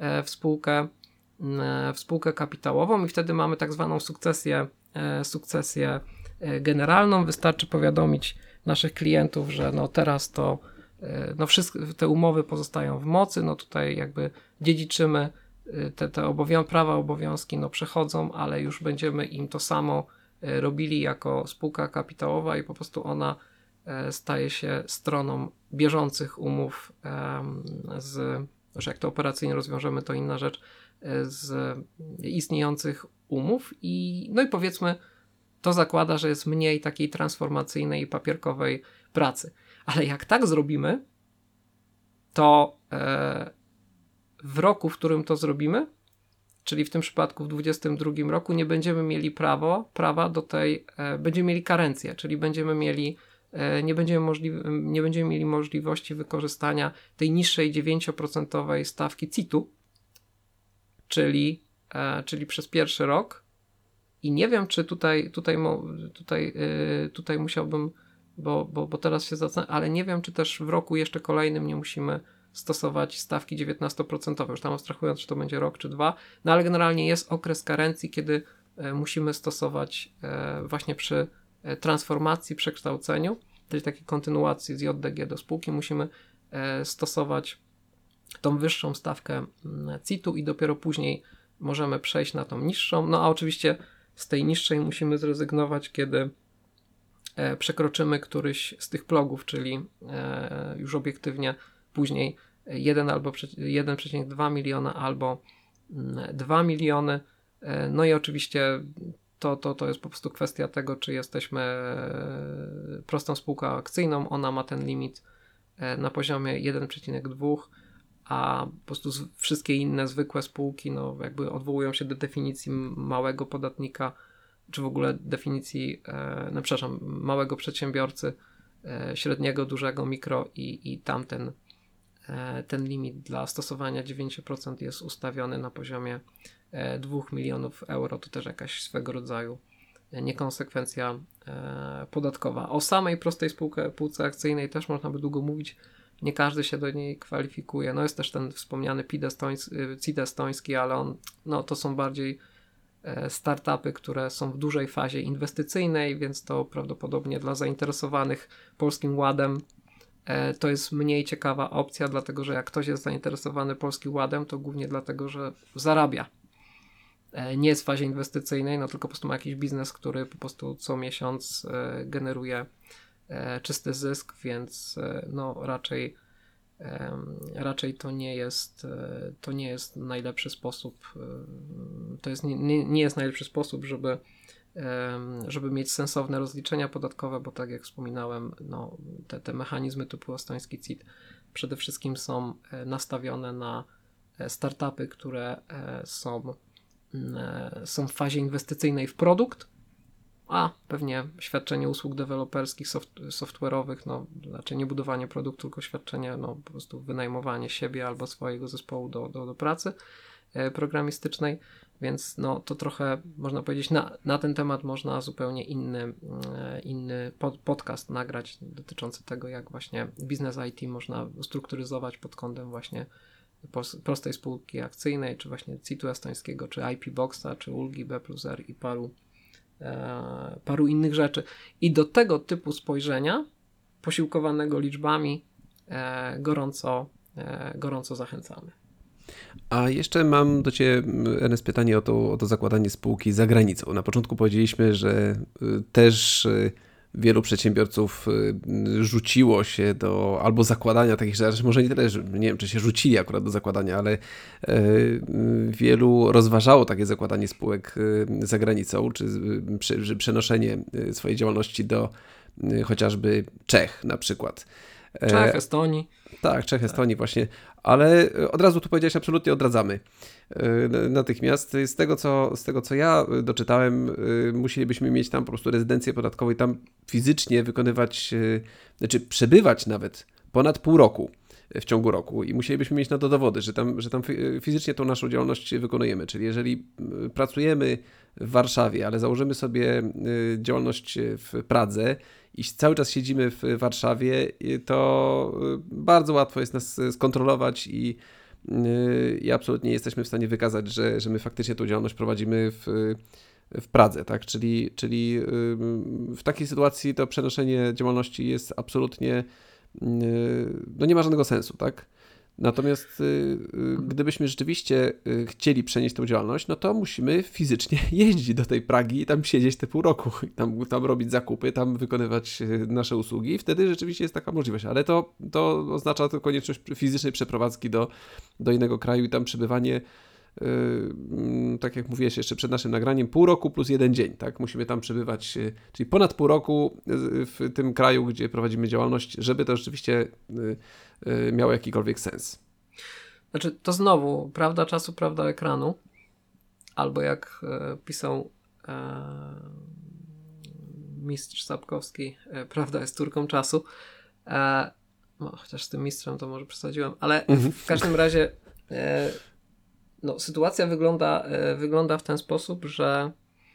w spółkę kapitałową i wtedy mamy tak zwaną sukcesję generalną. Wystarczy powiadomić naszych klientów, że teraz to wszystkie te umowy pozostają w mocy, tutaj jakby dziedziczymy te prawa, obowiązki przechodzą, ale już będziemy im to samo robili jako spółka kapitałowa i po prostu ona staje się stroną bieżących umów że jak to operacyjnie rozwiążemy, to inna rzecz, z istniejących umów i powiedzmy to zakłada, że jest mniej takiej transformacyjnej i papierkowej pracy. Ale jak tak zrobimy, to w roku, w którym to zrobimy, czyli w tym przypadku w 2022 roku, nie będziemy mieli prawa do tej, będziemy mieli karencję, czyli nie będziemy mieli możliwości wykorzystania tej niższej 9% stawki CIT-u, czyli przez pierwszy rok. I nie wiem, czy tutaj musiałbym, bo teraz się zastanawiam, ale nie wiem, czy też w roku jeszcze kolejnym nie musimy stosować stawki 19%. Już tam abstrahując, czy to będzie rok, czy 2, no ale generalnie jest okres karencji, kiedy musimy stosować właśnie przy transformacji, przekształceniu, czyli takiej kontynuacji z JDG do spółki, musimy stosować tą wyższą stawkę CIT-u i dopiero później możemy przejść na tą niższą. No a oczywiście z tej niższej musimy zrezygnować, kiedy przekroczymy któryś z tych progów, czyli już obiektywnie później 1,2 miliona albo 2 miliony. No i oczywiście to jest po prostu kwestia tego, czy jesteśmy prostą spółką akcyjną. Ona ma ten limit na poziomie 1,2, a po prostu wszystkie inne zwykłe spółki no jakby odwołują się do definicji małego podatnika, czy w ogóle definicji, małego przedsiębiorcy, średniego, dużego, mikro i tamten ten limit dla stosowania 9% jest ustawiony na poziomie 2 milionów euro. To też jakaś swego rodzaju niekonsekwencja podatkowa. O samej prostej spółce akcyjnej też można by długo mówić. Nie każdy się do niej kwalifikuje. No jest też ten wspomniany CIT estoński, ale to są bardziej startupy, które są w dużej fazie inwestycyjnej, więc to prawdopodobnie dla zainteresowanych Polskim Ładem to jest mniej ciekawa opcja, dlatego że jak ktoś jest zainteresowany Polskim Ładem, to głównie dlatego, że zarabia. Nie jest w fazie inwestycyjnej, no tylko po prostu ma jakiś biznes, który po prostu co miesiąc generuje czysty zysk, więc no raczej to nie jest najlepszy sposób, nie jest najlepszy sposób, żeby mieć sensowne rozliczenia podatkowe, bo tak jak wspominałem, no, te mechanizmy typu estoński CIT przede wszystkim są nastawione na startupy, które są w fazie inwestycyjnej w produkt, a pewnie świadczenie usług deweloperskich, software'owych, no znaczy nie budowanie produktu, tylko świadczenie, no po prostu wynajmowanie siebie albo swojego zespołu do pracy programistycznej, więc no to trochę można powiedzieć, na ten temat można zupełnie inny podcast nagrać dotyczący tego, jak właśnie biznes IT można ustrukturyzować pod kątem właśnie prostej spółki akcyjnej, czy właśnie CIT-u estońskiego, czy IP Boxa, czy ulgi B+R i paru innych rzeczy. I do tego typu spojrzenia, posiłkowanego liczbami, gorąco zachęcamy. A jeszcze mam do Ciebie, Ernest, pytanie o to zakładanie spółki za granicą. Na początku powiedzieliśmy, że też wielu przedsiębiorców rzuciło się do albo zakładania takich rzeczy, może nie tyle, że nie wiem, czy się rzucili akurat do zakładania, ale wielu rozważało takie zakładanie spółek za granicą, czy przenoszenie swojej działalności do chociażby Czech na przykład. Czech, Estonii. Tak, Czech, Estonii właśnie, ale od razu tu powiedziałeś, absolutnie odradzamy natychmiast. Z tego, co ja doczytałem, musielibyśmy mieć tam po prostu rezydencję podatkową i tam fizycznie wykonywać, przebywać nawet ponad pół roku w ciągu roku i musielibyśmy mieć na to dowody, że tam fizycznie tą naszą działalność wykonujemy. Czyli jeżeli pracujemy w Warszawie, ale założymy sobie działalność w Pradze i cały czas siedzimy w Warszawie, to bardzo łatwo jest nas skontrolować i absolutnie nie jesteśmy w stanie wykazać, że my faktycznie tą działalność prowadzimy w Pradze, tak? Czyli w takiej sytuacji to przenoszenie działalności jest absolutnie, no nie ma żadnego sensu, tak? Natomiast gdybyśmy rzeczywiście chcieli przenieść tę działalność, no to musimy fizycznie jeździć do tej Pragi i tam siedzieć te pół roku, tam robić zakupy, tam wykonywać nasze usługi i wtedy rzeczywiście jest taka możliwość, ale to oznacza to konieczność fizycznej przeprowadzki do innego kraju i tam przebywanie, tak jak mówiłeś jeszcze przed naszym nagraniem, pół roku plus 1 dzień, tak? Musimy tam przebywać, czyli ponad pół roku w tym kraju, gdzie prowadzimy działalność, żeby to rzeczywiście miało jakikolwiek sens. Znaczy, to znowu prawda czasu, prawda ekranu, albo jak pisał mistrz Sapkowski, prawda jest córką czasu. Chociaż z tym mistrzem to może przesadziłem, ale w każdym razie sytuacja wygląda w ten sposób, że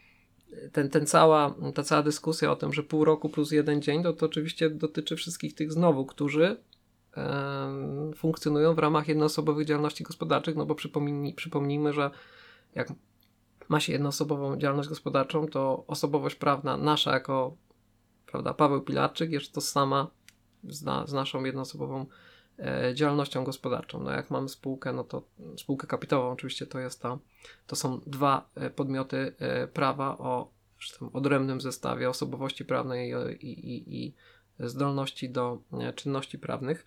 ta cała dyskusja o tym, że pół roku plus 1 dzień, to oczywiście dotyczy wszystkich tych znowu, którzy funkcjonują w ramach jednoosobowych działalności gospodarczych, no bo przypomnijmy, że jak ma się jednoosobową działalność gospodarczą, to osobowość prawna nasza jako, prawda, Paweł Pilarczyk jest tożsama z naszą jednoosobową działalnością gospodarczą. No jak mamy spółkę, no to spółkę kapitałową oczywiście to są dwa podmioty prawa o odrębnym zestawie osobowości prawnej i zdolności do czynności prawnych.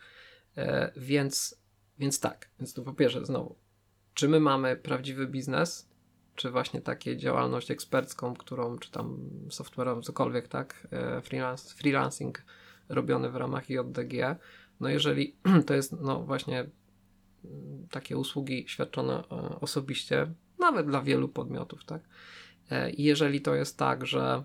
Więc tu po pierwsze znowu, czy my mamy prawdziwy biznes, czy właśnie takie działalność ekspercką, czy tam software'ową, cokolwiek, tak, freelancing robiony w ramach JDG. No jeżeli to jest no właśnie takie usługi świadczone osobiście, nawet dla wielu podmiotów, tak, i jeżeli to jest tak, że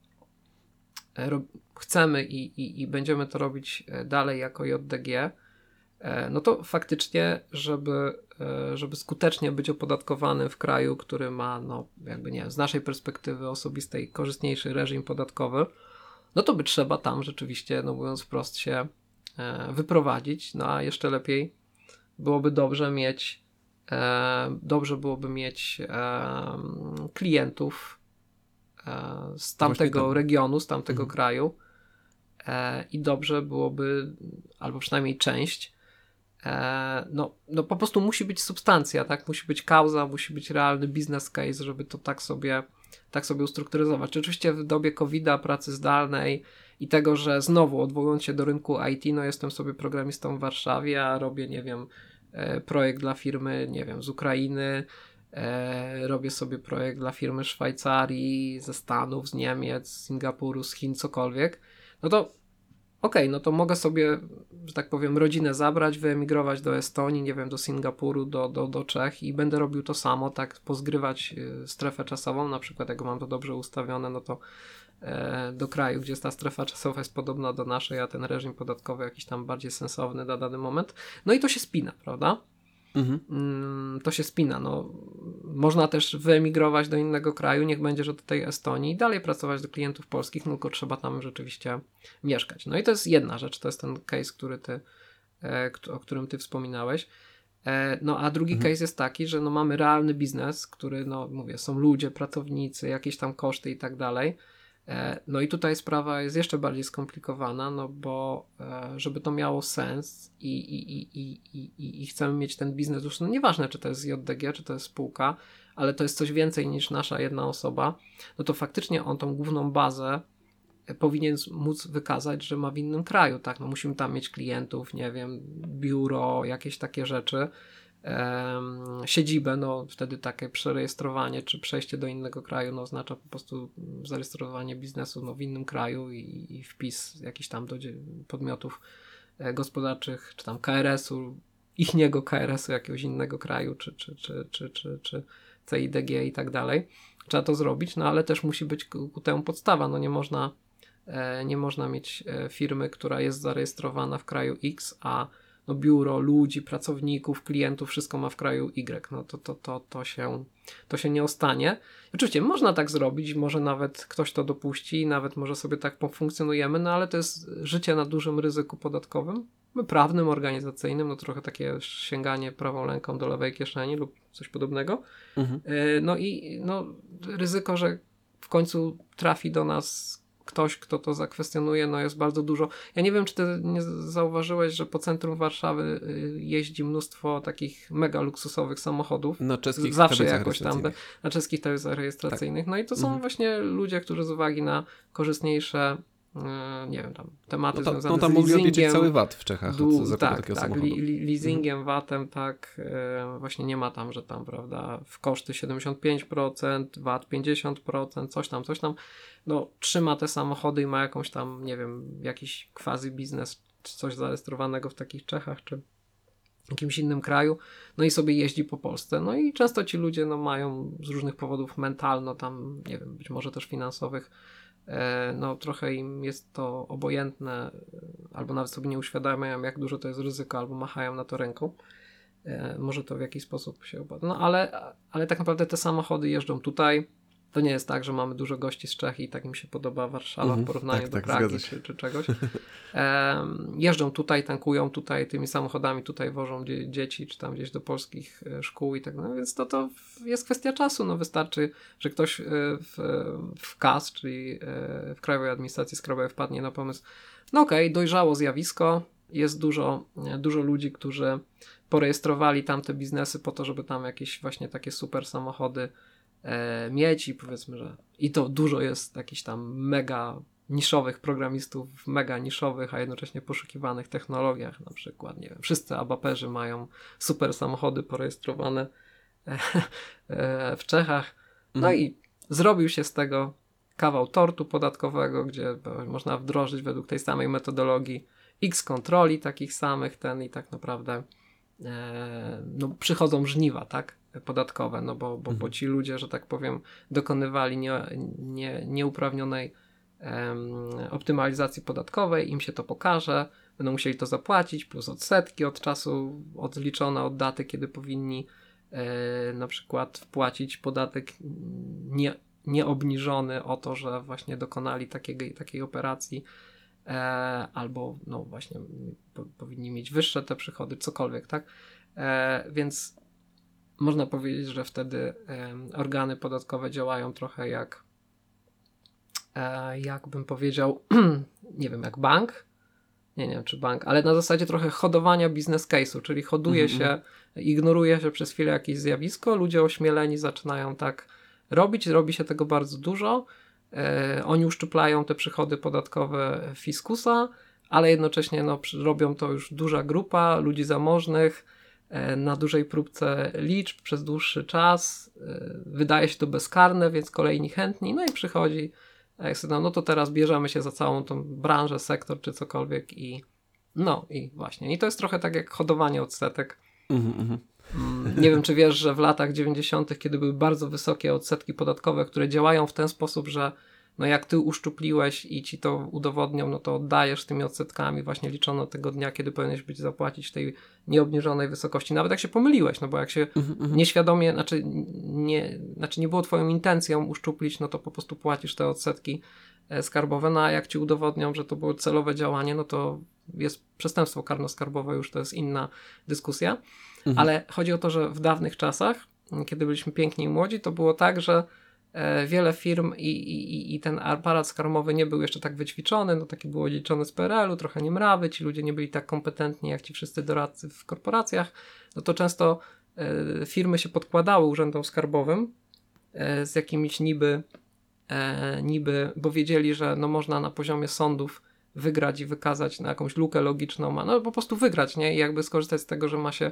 chcemy i będziemy to robić dalej jako JDG, no to faktycznie, żeby skutecznie być opodatkowanym w kraju, który ma, no jakby nie wiem, z naszej perspektywy osobistej korzystniejszy reżim podatkowy, no to by trzeba tam rzeczywiście, no mówiąc wprost, się wyprowadzić, no a jeszcze lepiej byłoby dobrze byłoby mieć klientów z tamtego regionu, z tamtego kraju i dobrze byłoby, albo przynajmniej część, no po prostu musi być substancja, tak? Musi być kauza, musi być realny business case, żeby to tak sobie ustrukturyzować. Oczywiście w dobie COVID-a, pracy zdalnej i tego, że znowu odwołując się do rynku IT, no jestem sobie programistą w Warszawie, a robię, nie wiem, projekt dla firmy, nie wiem, z Ukrainy, robię sobie projekt dla firmy z Szwajcarii, ze Stanów, z Niemiec, z Singapuru, z Chin, cokolwiek, no to okej, no to mogę sobie, że tak powiem, rodzinę zabrać, wyemigrować do Estonii, nie wiem, do Singapuru, do Czech i będę robił to samo, tak, pozgrywać strefę czasową, na przykład jak mam to dobrze ustawione, no to do kraju, gdzie ta strefa czasowa jest podobna do naszej, a ten reżim podatkowy jakiś tam bardziej sensowny na dany moment, no i to się spina, prawda? To się spina, no można też wyemigrować do innego kraju, niech będzie, że do tej Estonii i dalej pracować do klientów polskich, no tylko trzeba tam rzeczywiście mieszkać. No i to jest jedna rzecz, to jest ten case, o którym ty wspominałeś. No a drugi case jest taki, że no mamy realny biznes, który, no mówię, są ludzie, pracownicy, jakieś tam koszty i tak dalej. No i tutaj sprawa jest jeszcze bardziej skomplikowana, no bo żeby to miało sens i chcemy mieć ten biznes już, no nieważne czy to jest JDG, czy to jest spółka, ale to jest coś więcej niż nasza jedna osoba, no to faktycznie on tą główną bazę powinien móc wykazać, że ma w innym kraju, tak, no musimy tam mieć klientów, nie wiem, biuro, jakieś takie rzeczy, siedzibę, no wtedy takie przerejestrowanie czy przejście do innego kraju no oznacza po prostu zarejestrowanie biznesu no, w innym kraju i wpis jakichś tam do podmiotów gospodarczych, czy tam KRS-u, ichniego KRS-u jakiegoś innego kraju, czy CIDG i tak dalej. Trzeba to zrobić, no ale też musi być ku temu podstawa, no nie można mieć firmy, która jest zarejestrowana w kraju X, a no biuro, ludzi, pracowników, klientów, wszystko ma w kraju Y. No to się nie ostanie. Oczywiście można tak zrobić, może nawet ktoś to dopuści, nawet może sobie tak pofunkcjonujemy, no ale to jest życie na dużym ryzyku podatkowym, prawnym, organizacyjnym, no trochę takie sięganie prawą ręką do lewej kieszeni lub coś podobnego. No i no, ryzyko, że w końcu trafi do nas ktoś, kto to zakwestionuje, no jest bardzo dużo. Ja nie wiem, czy ty nie zauważyłeś, że po centrum Warszawy jeździ mnóstwo takich mega luksusowych samochodów. Na czeskich zawsze jakoś tam na czeskich tablicach rejestracyjnych. Tak. No i to są właśnie ludzie, którzy z uwagi na korzystniejsze nie wiem, tam tematy związane z leasingiem. No tam mogli odliczyć cały VAT w Czechach od zakupu takiego samochodu. Leasingiem, VAT-em, tak, właśnie nie ma tam, że tam, prawda, w koszty 75%, VAT 50%, coś tam, no trzyma te samochody i ma jakąś tam, nie wiem, jakiś quasi biznes, czy coś zarejestrowanego w takich Czechach, czy jakimś innym kraju, no i sobie jeździ po Polsce, no i często ci ludzie, no mają z różnych powodów mentalno tam, nie wiem, być może też finansowych, no trochę im jest to obojętne, albo nawet sobie nie uświadamiają, jak dużo to jest ryzyko, albo machają na to ręką. Może to w jakiś sposób się opłaca. No ale tak naprawdę te samochody jeżdżą tutaj, To nie jest tak, że mamy dużo gości z Czech i tak im się podoba Warszawa w porównaniu do Pragi czy czegoś. Jeżdżą tutaj, tankują tutaj tymi samochodami, tutaj wożą dzieci, czy tam gdzieś do polskich szkół i tak dalej. Więc to jest kwestia czasu. No wystarczy, że ktoś w KAS, czyli w Krajowej Administracji Skarbowej wpadnie na pomysł, no okej, dojrzało zjawisko, jest dużo ludzi, którzy porejestrowali tamte biznesy po to, żeby tam jakieś właśnie takie super samochody mieć i powiedzmy, że i to dużo jest jakichś tam mega niszowych programistów w mega niszowych, a jednocześnie poszukiwanych technologiach, na przykład, nie wiem, wszyscy abaperzy mają super samochody porejestrowane w Czechach, no i zrobił się z tego kawał tortu podatkowego, gdzie można wdrożyć według tej samej metodologii X kontroli takich samych, i tak naprawdę no, przychodzą żniwa, tak, podatkowe, no bo ci ludzie, że tak powiem, dokonywali nieuprawnionej optymalizacji podatkowej, im się to pokaże, będą musieli to zapłacić, plus odsetki od czasu odliczone od daty, kiedy powinni na przykład wpłacić podatek nieobniżony o to, że właśnie dokonali takiej operacji, albo no właśnie powinni mieć wyższe te przychody, cokolwiek, tak? Więc można powiedzieć, że wtedy organy podatkowe działają trochę jakbym powiedział, nie wiem, jak bank, nie wiem czy bank, ale na zasadzie trochę hodowania business case'u, czyli hoduje się, ignoruje się przez chwilę jakieś zjawisko, ludzie ośmieleni zaczynają tak robić, robi się tego bardzo dużo, oni uszczuplają te przychody podatkowe fiskusa, ale jednocześnie no, robią to już duża grupa ludzi zamożnych, na dużej próbce liczb przez dłuższy czas, wydaje się to bezkarne, więc kolejni chętni, no i przychodzi, no to teraz bierzemy się za całą tą branżę, sektor czy cokolwiek i właśnie. I to jest trochę tak jak hodowanie odsetek. Nie wiem, czy wiesz, że w latach 90., kiedy były bardzo wysokie odsetki podatkowe, które działają w ten sposób, że no jak ty uszczupliłeś i ci to udowodnią, no to oddajesz tymi odsetkami, właśnie liczono tego dnia, kiedy powinieneś być zapłacić w tej nieobniżonej wysokości. Nawet jak się pomyliłeś, no bo jak się nieświadomie, nie było twoją intencją uszczuplić, no to po prostu płacisz te odsetki skarbowe, no a jak ci udowodnią, że to było celowe działanie, no to jest przestępstwo karno-skarbowe, już to jest inna dyskusja. Ale chodzi o to, że w dawnych czasach, kiedy byliśmy piękni i młodzi, to było tak, że wiele firm i ten aparat skarbowy nie był jeszcze tak wyćwiczony, no taki było liczony z PRL-u, trochę niemrawy, ci ludzie nie byli tak kompetentni jak ci wszyscy doradcy w korporacjach, no to często firmy się podkładały urzędom skarbowym z jakimiś niby, bo wiedzieli, że no można na poziomie sądów wygrać i wykazać na jakąś lukę logiczną, no po prostu wygrać, nie? I jakby skorzystać z tego, że ma się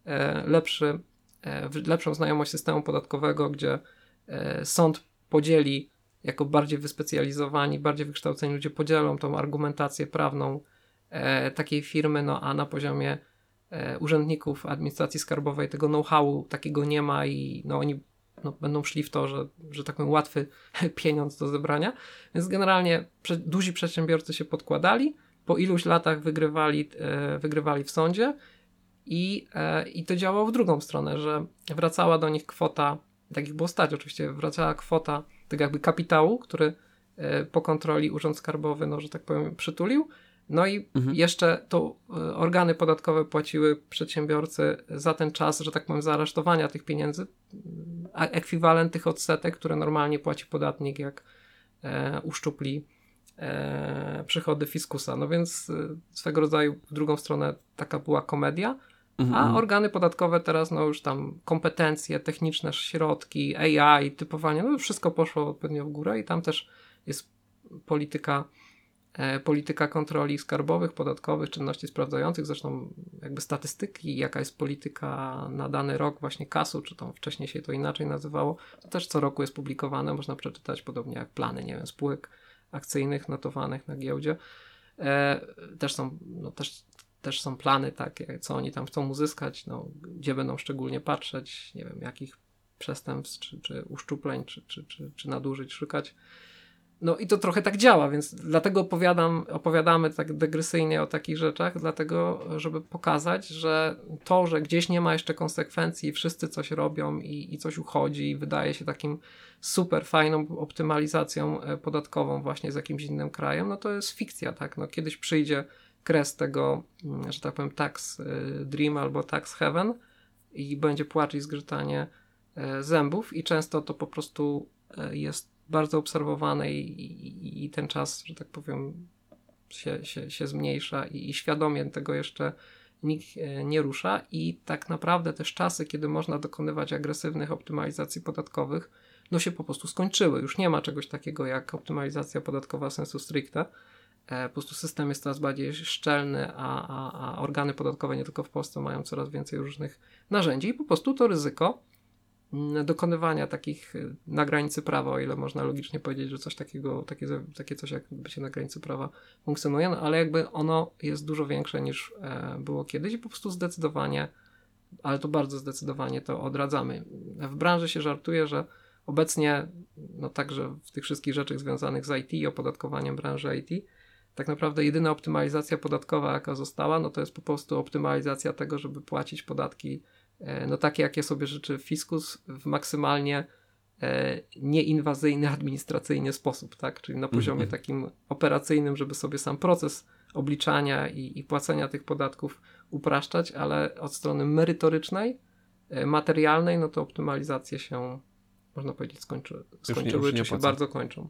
lepszą znajomość systemu podatkowego, gdzie sąd podzieli jako bardziej wyspecjalizowani, bardziej wykształceni ludzie podzielą tą argumentację prawną takiej firmy, no a na poziomie urzędników administracji skarbowej tego know-howu takiego nie ma i no oni będą szli w to, że tak powiem łatwy pieniądz do zebrania. Więc generalnie duzi przedsiębiorcy się podkładali, po iluś latach wygrywali w sądzie i to działało w drugą stronę, że wracała do nich kwota, tak ich było stać oczywiście, wracała kwota tego jakby kapitału, który po kontroli Urząd Skarbowy, no że tak powiem, przytulił. No i jeszcze to organy podatkowe płaciły przedsiębiorcy za ten czas, że tak powiem, zaaresztowania tych pieniędzy, ekwiwalent tych odsetek, które normalnie płaci podatnik, jak uszczupli przychody fiskusa. No więc swego rodzaju w drugą stronę taka była komedia, a organy podatkowe teraz no już tam kompetencje, techniczne środki, AI, typowanie, no wszystko poszło odpowiednio w górę i tam też jest polityka kontroli skarbowych, podatkowych, czynności sprawdzających, zresztą jakby statystyki, jaka jest polityka na dany rok właśnie KAS-u, czy tam wcześniej się to inaczej nazywało, to też co roku jest publikowane, można przeczytać, podobnie jak plany, nie wiem, spółek akcyjnych notowanych na giełdzie. Też są plany takie, co oni tam chcą uzyskać, no, gdzie będą szczególnie patrzeć, nie wiem, jakich przestępstw, czy uszczupleń, czy nadużyć szukać. No i to trochę tak działa, więc dlatego opowiadamy tak dygresyjnie o takich rzeczach, dlatego żeby pokazać, że to, że gdzieś nie ma jeszcze konsekwencji, wszyscy coś robią i coś uchodzi i wydaje się takim super fajną optymalizacją podatkową właśnie z jakimś innym krajem, no to jest fikcja, tak? No kiedyś przyjdzie kres tego, że tak powiem, tax dream albo tax heaven i będzie płacz i zgrzytanie zębów i często to po prostu jest bardzo obserwowane i ten czas, że tak powiem, się zmniejsza i świadomie tego jeszcze nikt nie rusza i tak naprawdę też czasy, kiedy można dokonywać agresywnych optymalizacji podatkowych, no się po prostu skończyły. Już nie ma czegoś takiego jak optymalizacja podatkowa sensu stricte. Po prostu system jest coraz bardziej szczelny, a organy podatkowe nie tylko w Polsce mają coraz więcej różnych narzędzi i po prostu to ryzyko dokonywania takich na granicy prawa, o ile można logicznie powiedzieć, że coś takiego, takie coś jak bycie na granicy prawa funkcjonuje, no ale jakby ono jest dużo większe niż było kiedyś i po prostu zdecydowanie, ale to bardzo zdecydowanie to odradzamy. W branży się żartuje, że obecnie, no także w tych wszystkich rzeczach związanych z IT i opodatkowaniem branży IT, tak naprawdę jedyna optymalizacja podatkowa, jaka została, no to jest po prostu optymalizacja tego, żeby płacić podatki no takie, jakie sobie życzy fiskus w maksymalnie nieinwazyjny administracyjnie sposób, tak? Czyli na poziomie takim operacyjnym, żeby sobie sam proces obliczania i płacenia tych podatków upraszczać, ale od strony merytorycznej, materialnej, no to optymalizacje się, można powiedzieć, skończyły, czy się bardzo kończą.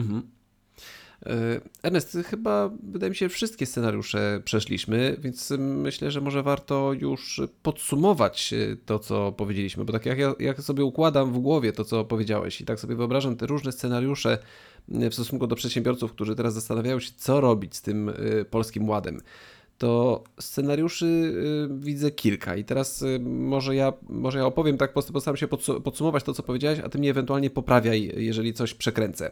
Ernest, chyba wydaje mi się, wszystkie scenariusze przeszliśmy, więc myślę, że może warto już podsumować to, co powiedzieliśmy, bo tak jak sobie układam w głowie to, co powiedziałeś i tak sobie wyobrażam te różne scenariusze w stosunku do przedsiębiorców, którzy teraz zastanawiają się, co robić z tym Polskim Ładem, to scenariuszy widzę kilka i teraz może ja opowiem tak, postaram się podsumować to, co powiedziałeś, a ty mnie ewentualnie poprawiaj, jeżeli coś przekręcę.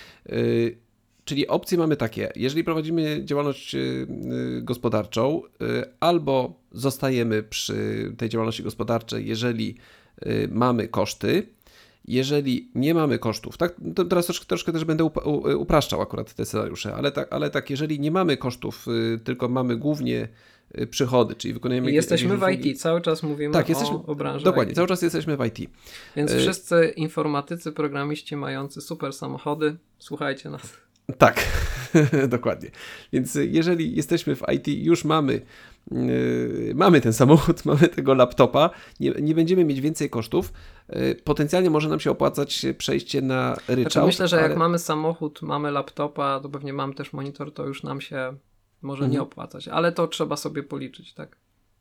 Czyli opcje mamy takie, jeżeli prowadzimy działalność gospodarczą, albo zostajemy przy tej działalności gospodarczej, jeżeli mamy koszty, jeżeli nie mamy kosztów, tak, to teraz troszkę też będę upraszczał akurat te scenariusze, ale tak, jeżeli nie mamy kosztów, tylko mamy głównie przychody, czyli wykonujemy... Jesteśmy w IT, cały czas mówimy o branży dokładnie, IT. cały czas jesteśmy w IT. Więc wszyscy informatycy, programiści mający super samochody, słuchajcie nas. Tak, dokładnie. Więc jeżeli jesteśmy w IT, już mamy ten samochód, mamy tego laptopa, nie będziemy mieć więcej kosztów, potencjalnie może nam się opłacać przejście na ryczałt. Znaczy myślę, że jak mamy samochód, mamy laptopa, to pewnie mamy też monitor, to już nam się może nie opłacać, ale to trzeba sobie policzyć, tak?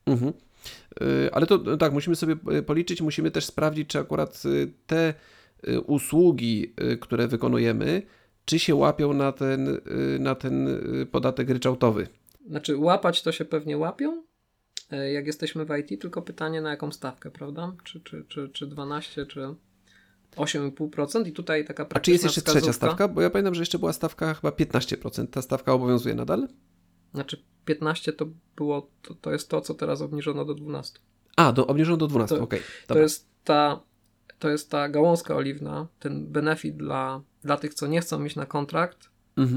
Ale to tak, musimy sobie policzyć, musimy też sprawdzić, czy akurat te usługi, które wykonujemy, czy się łapią na ten podatek ryczałtowy. Znaczy łapać to się pewnie łapią, jak jesteśmy w IT, tylko pytanie na jaką stawkę, prawda? Czy 12, czy 8,5% i tutaj taka praktyczna A czy jest jeszcze wskazówka. Trzecia stawka? Bo ja pamiętam, że jeszcze była stawka chyba 15%. Ta stawka obowiązuje nadal? Znaczy 15 to było, to jest to, co teraz obniżono do 12. Obniżono do 12, okej. To jest ta gałązka oliwna, ten benefit dla tych, co nie chcą iść na kontrakt,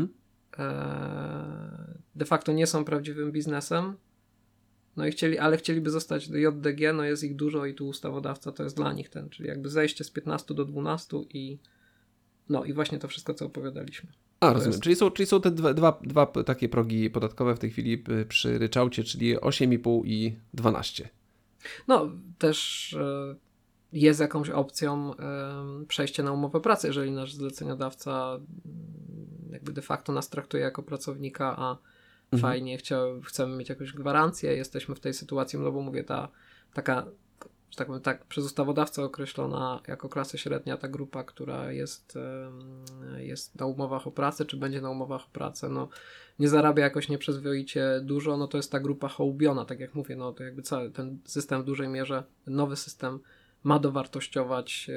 de facto nie są prawdziwym biznesem, no i chcieliby zostać do JDG, no jest ich dużo i tu ustawodawca to jest dla nich czyli jakby zejście z 15 do 12 i właśnie to wszystko, co opowiadaliśmy. Rozumiem. Czyli są te dwa takie progi podatkowe w tej chwili przy ryczałcie, czyli 8,5 i 12. No, też jest jakąś opcją przejście na umowę pracy, jeżeli nasz zleceniodawca jakby de facto nas traktuje jako pracownika, a fajnie chcemy mieć jakąś gwarancję, jesteśmy w tej sytuacji, no bo mówię, taka, że tak powiem, tak przez ustawodawcę określona jako klasa średnia ta grupa, która jest na umowach o pracę, czy będzie na umowach o pracę, no nie zarabia jakoś nieprzyzwoicie dużo, no to jest ta grupa hołubiona, tak jak mówię, no to jakby cały ten system w dużej mierze, nowy system ma dowartościować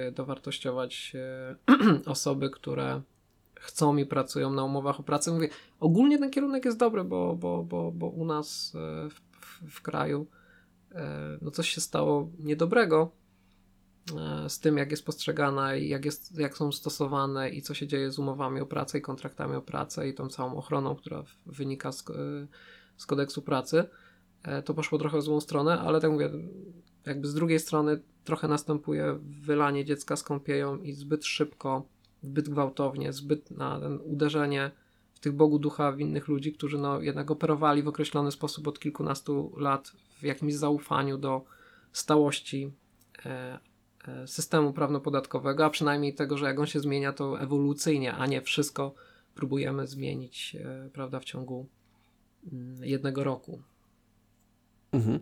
osoby, które chcą i pracują na umowach o pracę. Mówię, ogólnie ten kierunek jest dobry, bo u nas w kraju no coś się stało niedobrego, z tym, jak jest postrzegana i jak są stosowane i co się dzieje z umowami o pracę i kontraktami o pracę i tą całą ochroną, która wynika z kodeksu pracy, to poszło trochę w złą stronę, ale tak mówię, jakby z drugiej strony trochę następuje wylanie dziecka z kąpieją i zbyt szybko, zbyt gwałtownie, zbyt na ten uderzenie w tych Bogu ducha winnych ludzi, którzy jednak operowali w określony sposób od kilkunastu lat w jakimś zaufaniu do stałości systemu prawno-podatkowego, a przynajmniej tego, że jak on się zmienia, to ewolucyjnie, a nie wszystko próbujemy zmienić, prawda, w ciągu jednego roku. Mhm.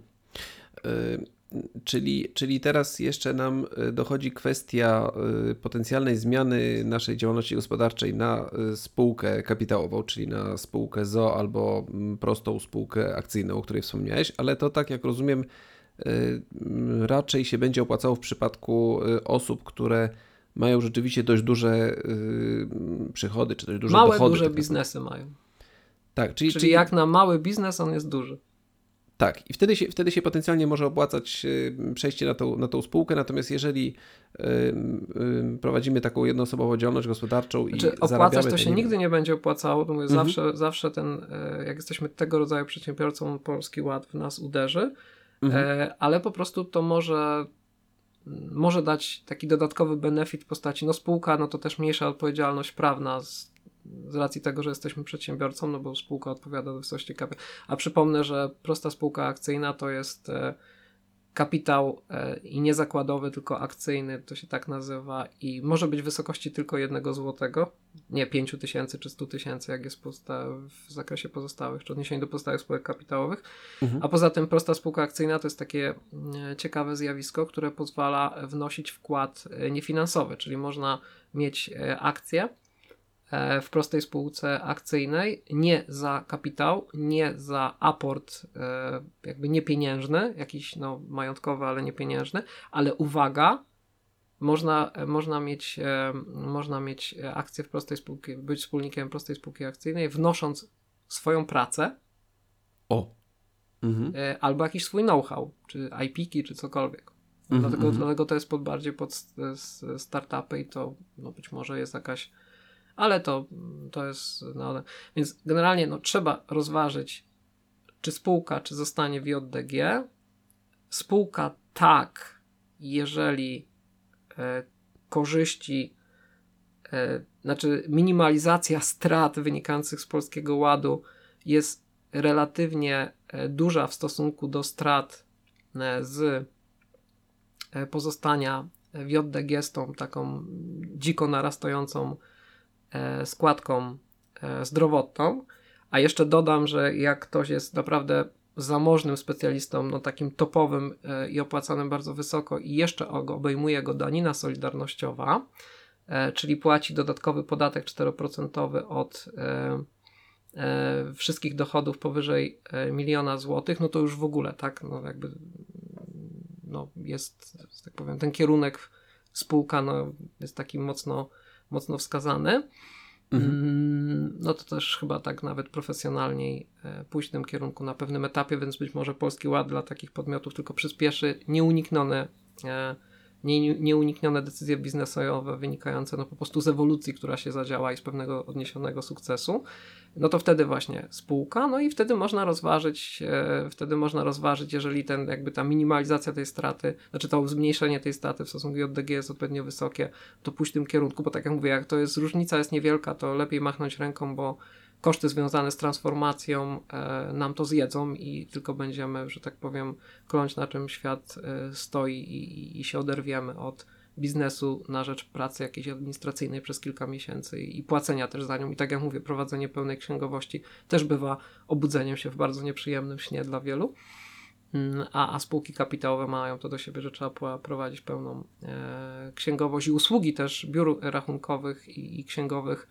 Czyli teraz jeszcze nam dochodzi kwestia potencjalnej zmiany naszej działalności gospodarczej na spółkę kapitałową, czyli na spółkę z o.o. albo prostą spółkę akcyjną, o której wspomniałeś, ale to, tak jak rozumiem, raczej się będzie opłacało w przypadku osób, które mają rzeczywiście dość duże przychody, czy dość duże dochody. Małe, duże biznesy mają. Tak, czyli jak na mały biznes on jest duży. Tak, i wtedy się potencjalnie może opłacać przejście na tą spółkę, natomiast jeżeli prowadzimy taką jednoosobową działalność gospodarczą i opłacać to się nigdy nie będzie opłacało, bo mówię, zawsze jak jesteśmy tego rodzaju przedsiębiorcą, Polski Ład w nas uderzy, ale po prostu to może dać taki dodatkowy benefit w postaci, spółka, to też mniejsza odpowiedzialność prawna z racji tego, że jesteśmy przedsiębiorcą, bo spółka odpowiada do wysokości kapitału. A przypomnę, że prosta spółka akcyjna to jest kapitał i nie zakładowy, tylko akcyjny, to się tak nazywa i może być w wysokości tylko 1 złotego, nie 5 000 czy 100 000, jak jest w zakresie pozostałych, czy odniesieniu do pozostałych spółek kapitałowych. A poza tym prosta spółka akcyjna to jest takie ciekawe zjawisko, które pozwala wnosić wkład niefinansowy, czyli można mieć akcje w prostej spółce akcyjnej, nie za kapitał, nie za aport jakby niepieniężny, jakiś majątkowy, ale niepieniężny, ale uwaga, można mieć akcje w prostej spółki, być wspólnikiem prostej spółki akcyjnej, wnosząc swoją pracę albo jakiś swój know-how, czy IP-ki, czy cokolwiek. Dlatego to jest bardziej pod startupy i to być może jest jakaś, ale to jest, więc generalnie trzeba rozważyć, czy spółka, czy zostanie w JDG. Spółka tak, jeżeli korzyści, znaczy minimalizacja strat wynikających z Polskiego Ładu jest relatywnie duża w stosunku do strat z pozostania w JDG z tą taką dziko narastającą składką zdrowotną, a jeszcze dodam, że jak ktoś jest naprawdę zamożnym specjalistą, takim topowym i opłacanym bardzo wysoko i jeszcze obejmuje go danina solidarnościowa, czyli płaci dodatkowy podatek 4% od wszystkich dochodów powyżej 1 000 000 złotych, to już w ogóle, tak, jest, że tak powiem, ten kierunek spółka jest taki mocno wskazany. To też chyba tak nawet profesjonalniej pójść w tym kierunku na pewnym etapie, więc być może Polski Ład dla takich podmiotów tylko przyspieszy nieuniknione decyzje biznesowe wynikające po prostu z ewolucji, która się zadziała i z pewnego odniesionego sukcesu, to wtedy właśnie spółka, i wtedy można rozważyć, jeżeli ta minimalizacja tej straty, znaczy to zmniejszenie tej straty w stosunku do JDG jest odpowiednio wysokie, to pójść w tym kierunku, bo tak jak mówię, jak to jest różnica jest niewielka, to lepiej machnąć ręką, bo koszty związane z transformacją nam to zjedzą i tylko będziemy, że tak powiem, kląć na czym świat stoi i się oderwiemy od biznesu na rzecz pracy jakiejś administracyjnej przez kilka miesięcy i płacenia też za nią. I tak jak mówię, prowadzenie pełnej księgowości też bywa obudzeniem się w bardzo nieprzyjemnym śnie dla wielu. A spółki kapitałowe mają to do siebie, że trzeba prowadzić pełną księgowość i usługi też biur rachunkowych i księgowych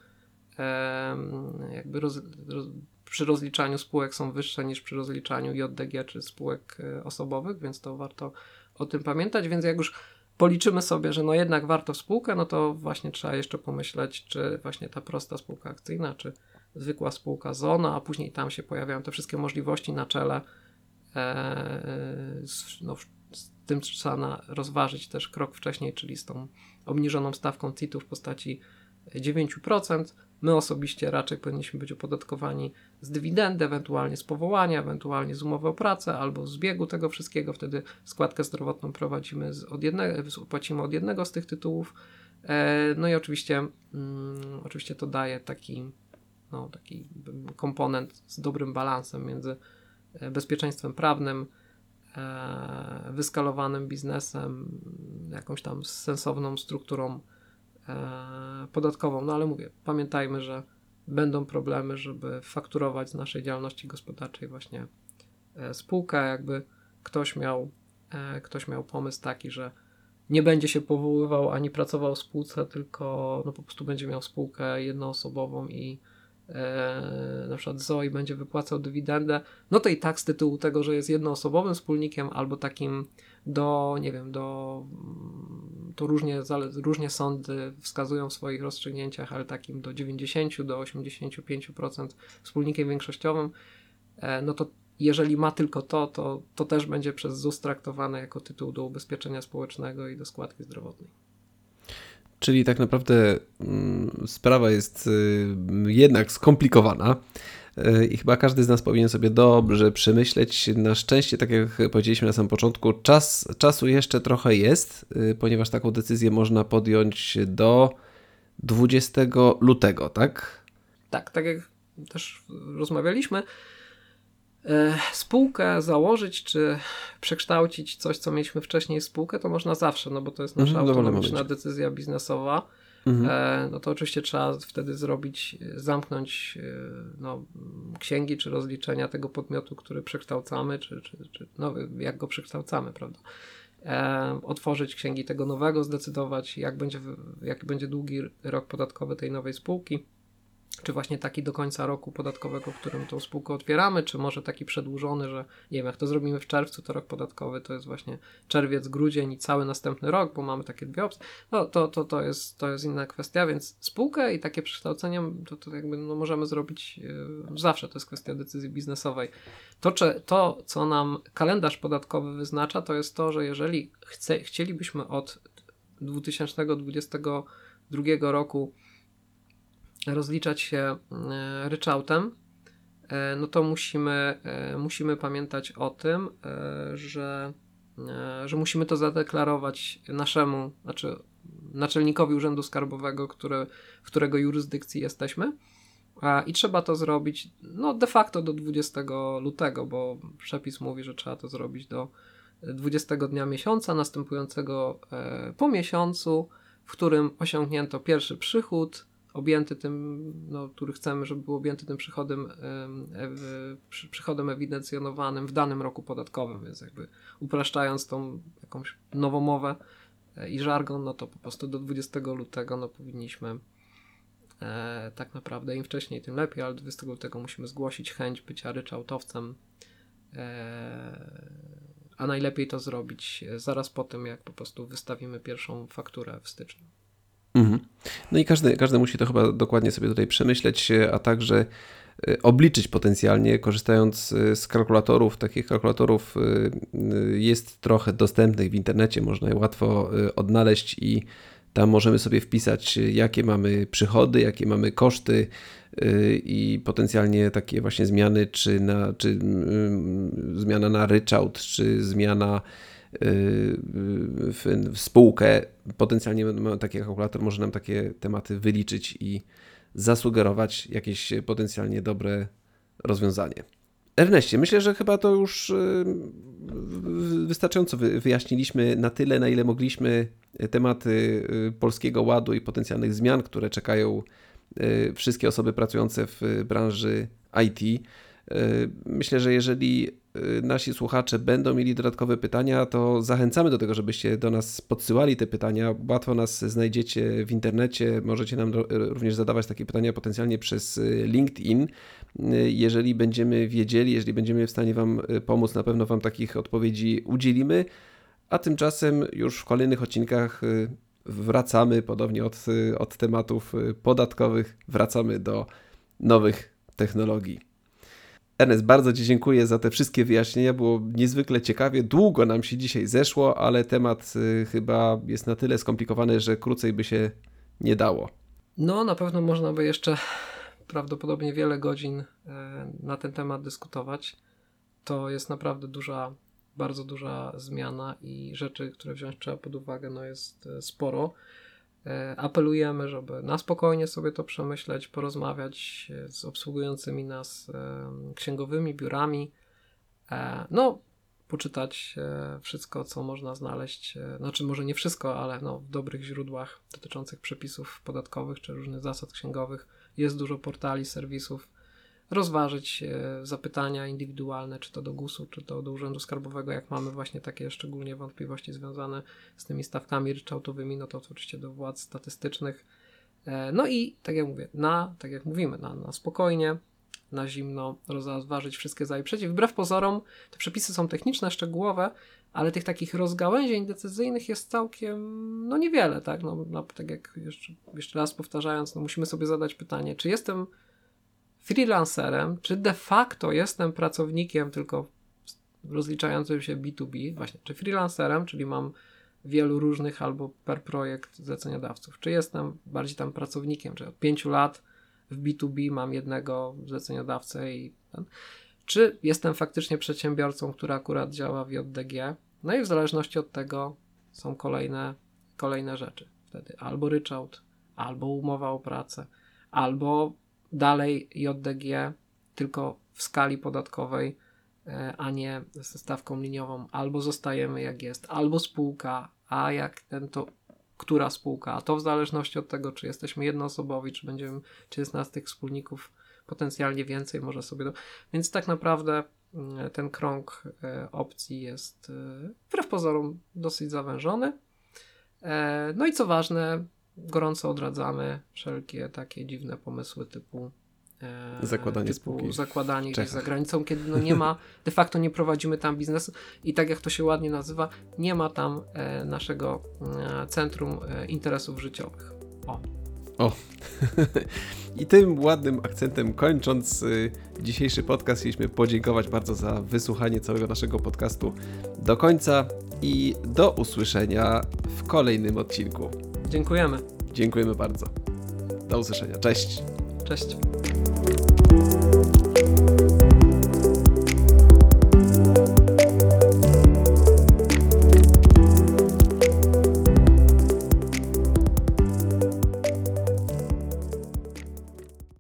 jakby przy rozliczaniu spółek są wyższe niż przy rozliczaniu JDG czy spółek osobowych, więc to warto o tym pamiętać, więc jak już policzymy sobie, że jednak warto w spółkę, to właśnie trzeba jeszcze pomyśleć, czy właśnie ta prosta spółka akcyjna, czy zwykła spółka z o.o., a później tam się pojawiają te wszystkie możliwości na czele tym trzeba rozważyć też krok wcześniej, czyli z tą obniżoną stawką CIT-u w postaci 9%. My osobiście raczej powinniśmy być opodatkowani z dywidendy, ewentualnie z powołania, ewentualnie z umowy o pracę albo z biegu tego wszystkiego. Wtedy składkę zdrowotną płacimy od jednego z tych tytułów. No i oczywiście to daje taki komponent z dobrym balansem między bezpieczeństwem prawnym, wyskalowanym biznesem, jakąś tam sensowną strukturą podatkową. No ale mówię, pamiętajmy, że będą problemy, żeby fakturować z naszej działalności gospodarczej właśnie spółkę. Jakby ktoś miał pomysł taki, że nie będzie się powoływał ani pracował w spółce, tylko po prostu będzie miał spółkę jednoosobową i na przykład ZOI będzie wypłacał dywidendę, no to i tak z tytułu tego, że jest jednoosobowym wspólnikiem albo takim to różnie sądy wskazują w swoich rozstrzygnięciach, ale takim do 90 do 85% wspólnikiem większościowym, no to jeżeli ma tylko to też będzie przez ZUS traktowane jako tytuł do ubezpieczenia społecznego i do składki zdrowotnej. Czyli tak naprawdę sprawa jest jednak skomplikowana i chyba każdy z nas powinien sobie dobrze przemyśleć. Na szczęście, tak jak powiedzieliśmy na samym początku, czasu jeszcze trochę jest, ponieważ taką decyzję można podjąć do 20 lutego, tak? Tak jak też rozmawialiśmy, spółkę założyć, czy przekształcić coś, co mieliśmy wcześniej w spółkę, to można zawsze, no bo to jest nasza autonomiczna decyzja biznesowa. No to oczywiście trzeba wtedy zamknąć księgi, czy rozliczenia tego podmiotu, który przekształcamy, czy jak go przekształcamy, prawda? Otworzyć księgi tego nowego, zdecydować, jaki będzie długi rok podatkowy tej nowej spółki. Czy właśnie taki do końca roku podatkowego, w którym tą spółkę otwieramy, czy może taki przedłużony, że nie wiem, jak to zrobimy w czerwcu, to rok podatkowy to jest właśnie czerwiec, grudzień i cały następny rok, bo mamy takie dwie opcje. No to jest inna kwestia, więc spółkę i takie przekształcenie to jakby możemy zrobić zawsze, to jest kwestia decyzji biznesowej. To, co nam kalendarz podatkowy wyznacza, to jest to, że jeżeli chcielibyśmy od 2022 roku rozliczać się ryczałtem, no to musimy pamiętać o tym, że musimy to zadeklarować naczelnikowi Urzędu Skarbowego, w którego jurysdykcji jesteśmy, i trzeba to zrobić de facto do 20 lutego, bo przepis mówi, że trzeba to zrobić do 20 dnia miesiąca następującego po miesiącu, w którym osiągnięto pierwszy przychód objęty tym, który chcemy, żeby był objęty tym przychodem ewidencjonowanym w danym roku podatkowym, więc jakby upraszczając tą jakąś nowomowę i żargon, no to po prostu do 20 lutego powinniśmy tak naprawdę, im wcześniej, tym lepiej, ale do 20 lutego musimy zgłosić chęć bycia ryczałtowcem, a najlepiej to zrobić zaraz po tym, jak po prostu wystawimy pierwszą fakturę w styczniu. No i każdy musi to chyba dokładnie sobie tutaj przemyśleć, a także obliczyć potencjalnie, korzystając z kalkulatorów. Takich kalkulatorów jest trochę dostępnych w internecie, można je łatwo odnaleźć i tam możemy sobie wpisać, jakie mamy przychody, jakie mamy koszty i potencjalnie takie właśnie zmiany, czy zmiana na ryczałt, czy zmiana w spółkę. Potencjalnie taki kalkulator może nam takie tematy wyliczyć i zasugerować jakieś potencjalnie dobre rozwiązanie. Erneście, myślę, że chyba to już wystarczająco wyjaśniliśmy na tyle, na ile mogliśmy tematy Polskiego Ładu i potencjalnych zmian, które czekają wszystkie osoby pracujące w branży IT. Myślę, że jeżeli nasi słuchacze będą mieli dodatkowe pytania, to zachęcamy do tego, żebyście do nas podsyłali te pytania. Łatwo nas znajdziecie w internecie. Możecie nam również zadawać takie pytania potencjalnie przez LinkedIn. Jeżeli będziemy wiedzieli, jeżeli będziemy w stanie Wam pomóc, na pewno Wam takich odpowiedzi udzielimy. A tymczasem już w kolejnych odcinkach wracamy, podobnie od tematów podatkowych, wracamy do nowych technologii. Ernest, bardzo Ci dziękuję za te wszystkie wyjaśnienia, było niezwykle ciekawie, długo nam się dzisiaj zeszło, ale temat chyba jest na tyle skomplikowany, że krócej by się nie dało. No, na pewno można by jeszcze prawdopodobnie wiele godzin na ten temat dyskutować. To jest naprawdę bardzo duża zmiana i rzeczy, które wziąć trzeba pod uwagę, no jest sporo. Apelujemy, żeby na spokojnie sobie to przemyśleć, porozmawiać z obsługującymi nas księgowymi, biurami, no poczytać wszystko, co można znaleźć, znaczy może nie wszystko, ale no, w dobrych źródłach dotyczących przepisów podatkowych czy różnych zasad księgowych. Jest dużo portali, serwisów. Rozważyć zapytania indywidualne, czy to do GUS-u, czy to do Urzędu Skarbowego, jak mamy właśnie takie szczególnie wątpliwości związane z tymi stawkami ryczałtowymi, no to oczywiście do władz statystycznych. No i tak jak mówię, tak jak mówimy, na spokojnie, na zimno rozważyć wszystkie za i przeciw. Wbrew pozorom te przepisy są techniczne, szczegółowe, ale tych takich rozgałęzień decyzyjnych jest całkiem niewiele, tak? Tak jak jeszcze raz powtarzając, musimy sobie zadać pytanie, czy jestem freelancerem, czy de facto jestem pracownikiem tylko rozliczającym się B2B, właśnie, czy freelancerem, czyli mam wielu różnych albo per projekt zleceniodawców, czy jestem bardziej tam pracownikiem, czy od 5 lat w B2B mam jednego zleceniodawcę czy jestem faktycznie przedsiębiorcą, który akurat działa w JDG, no i w zależności od tego są kolejne rzeczy. Wtedy albo ryczałt, albo umowa o pracę, albo dalej JDG, tylko w skali podatkowej, a nie ze stawką liniową. Albo zostajemy jak jest, albo spółka, a jak to która spółka, a to w zależności od tego, czy jesteśmy jednoosobowi, czy jest nas tych wspólników potencjalnie więcej, może sobie Więc tak naprawdę ten krąg opcji jest wbrew pozorom dosyć zawężony. No i co ważne, gorąco odradzamy wszelkie takie dziwne pomysły typu zakładanie gdzieś za granicą, kiedy nie ma, de facto nie prowadzimy tam biznesu i tak jak to się ładnie nazywa, nie ma tam naszego centrum interesów życiowych. O. I tym ładnym akcentem kończąc dzisiejszy podcast, chcieliśmy podziękować bardzo za wysłuchanie całego naszego podcastu do końca i do usłyszenia w kolejnym odcinku. Dziękujemy. Dziękujemy bardzo. Do usłyszenia. Cześć. Cześć.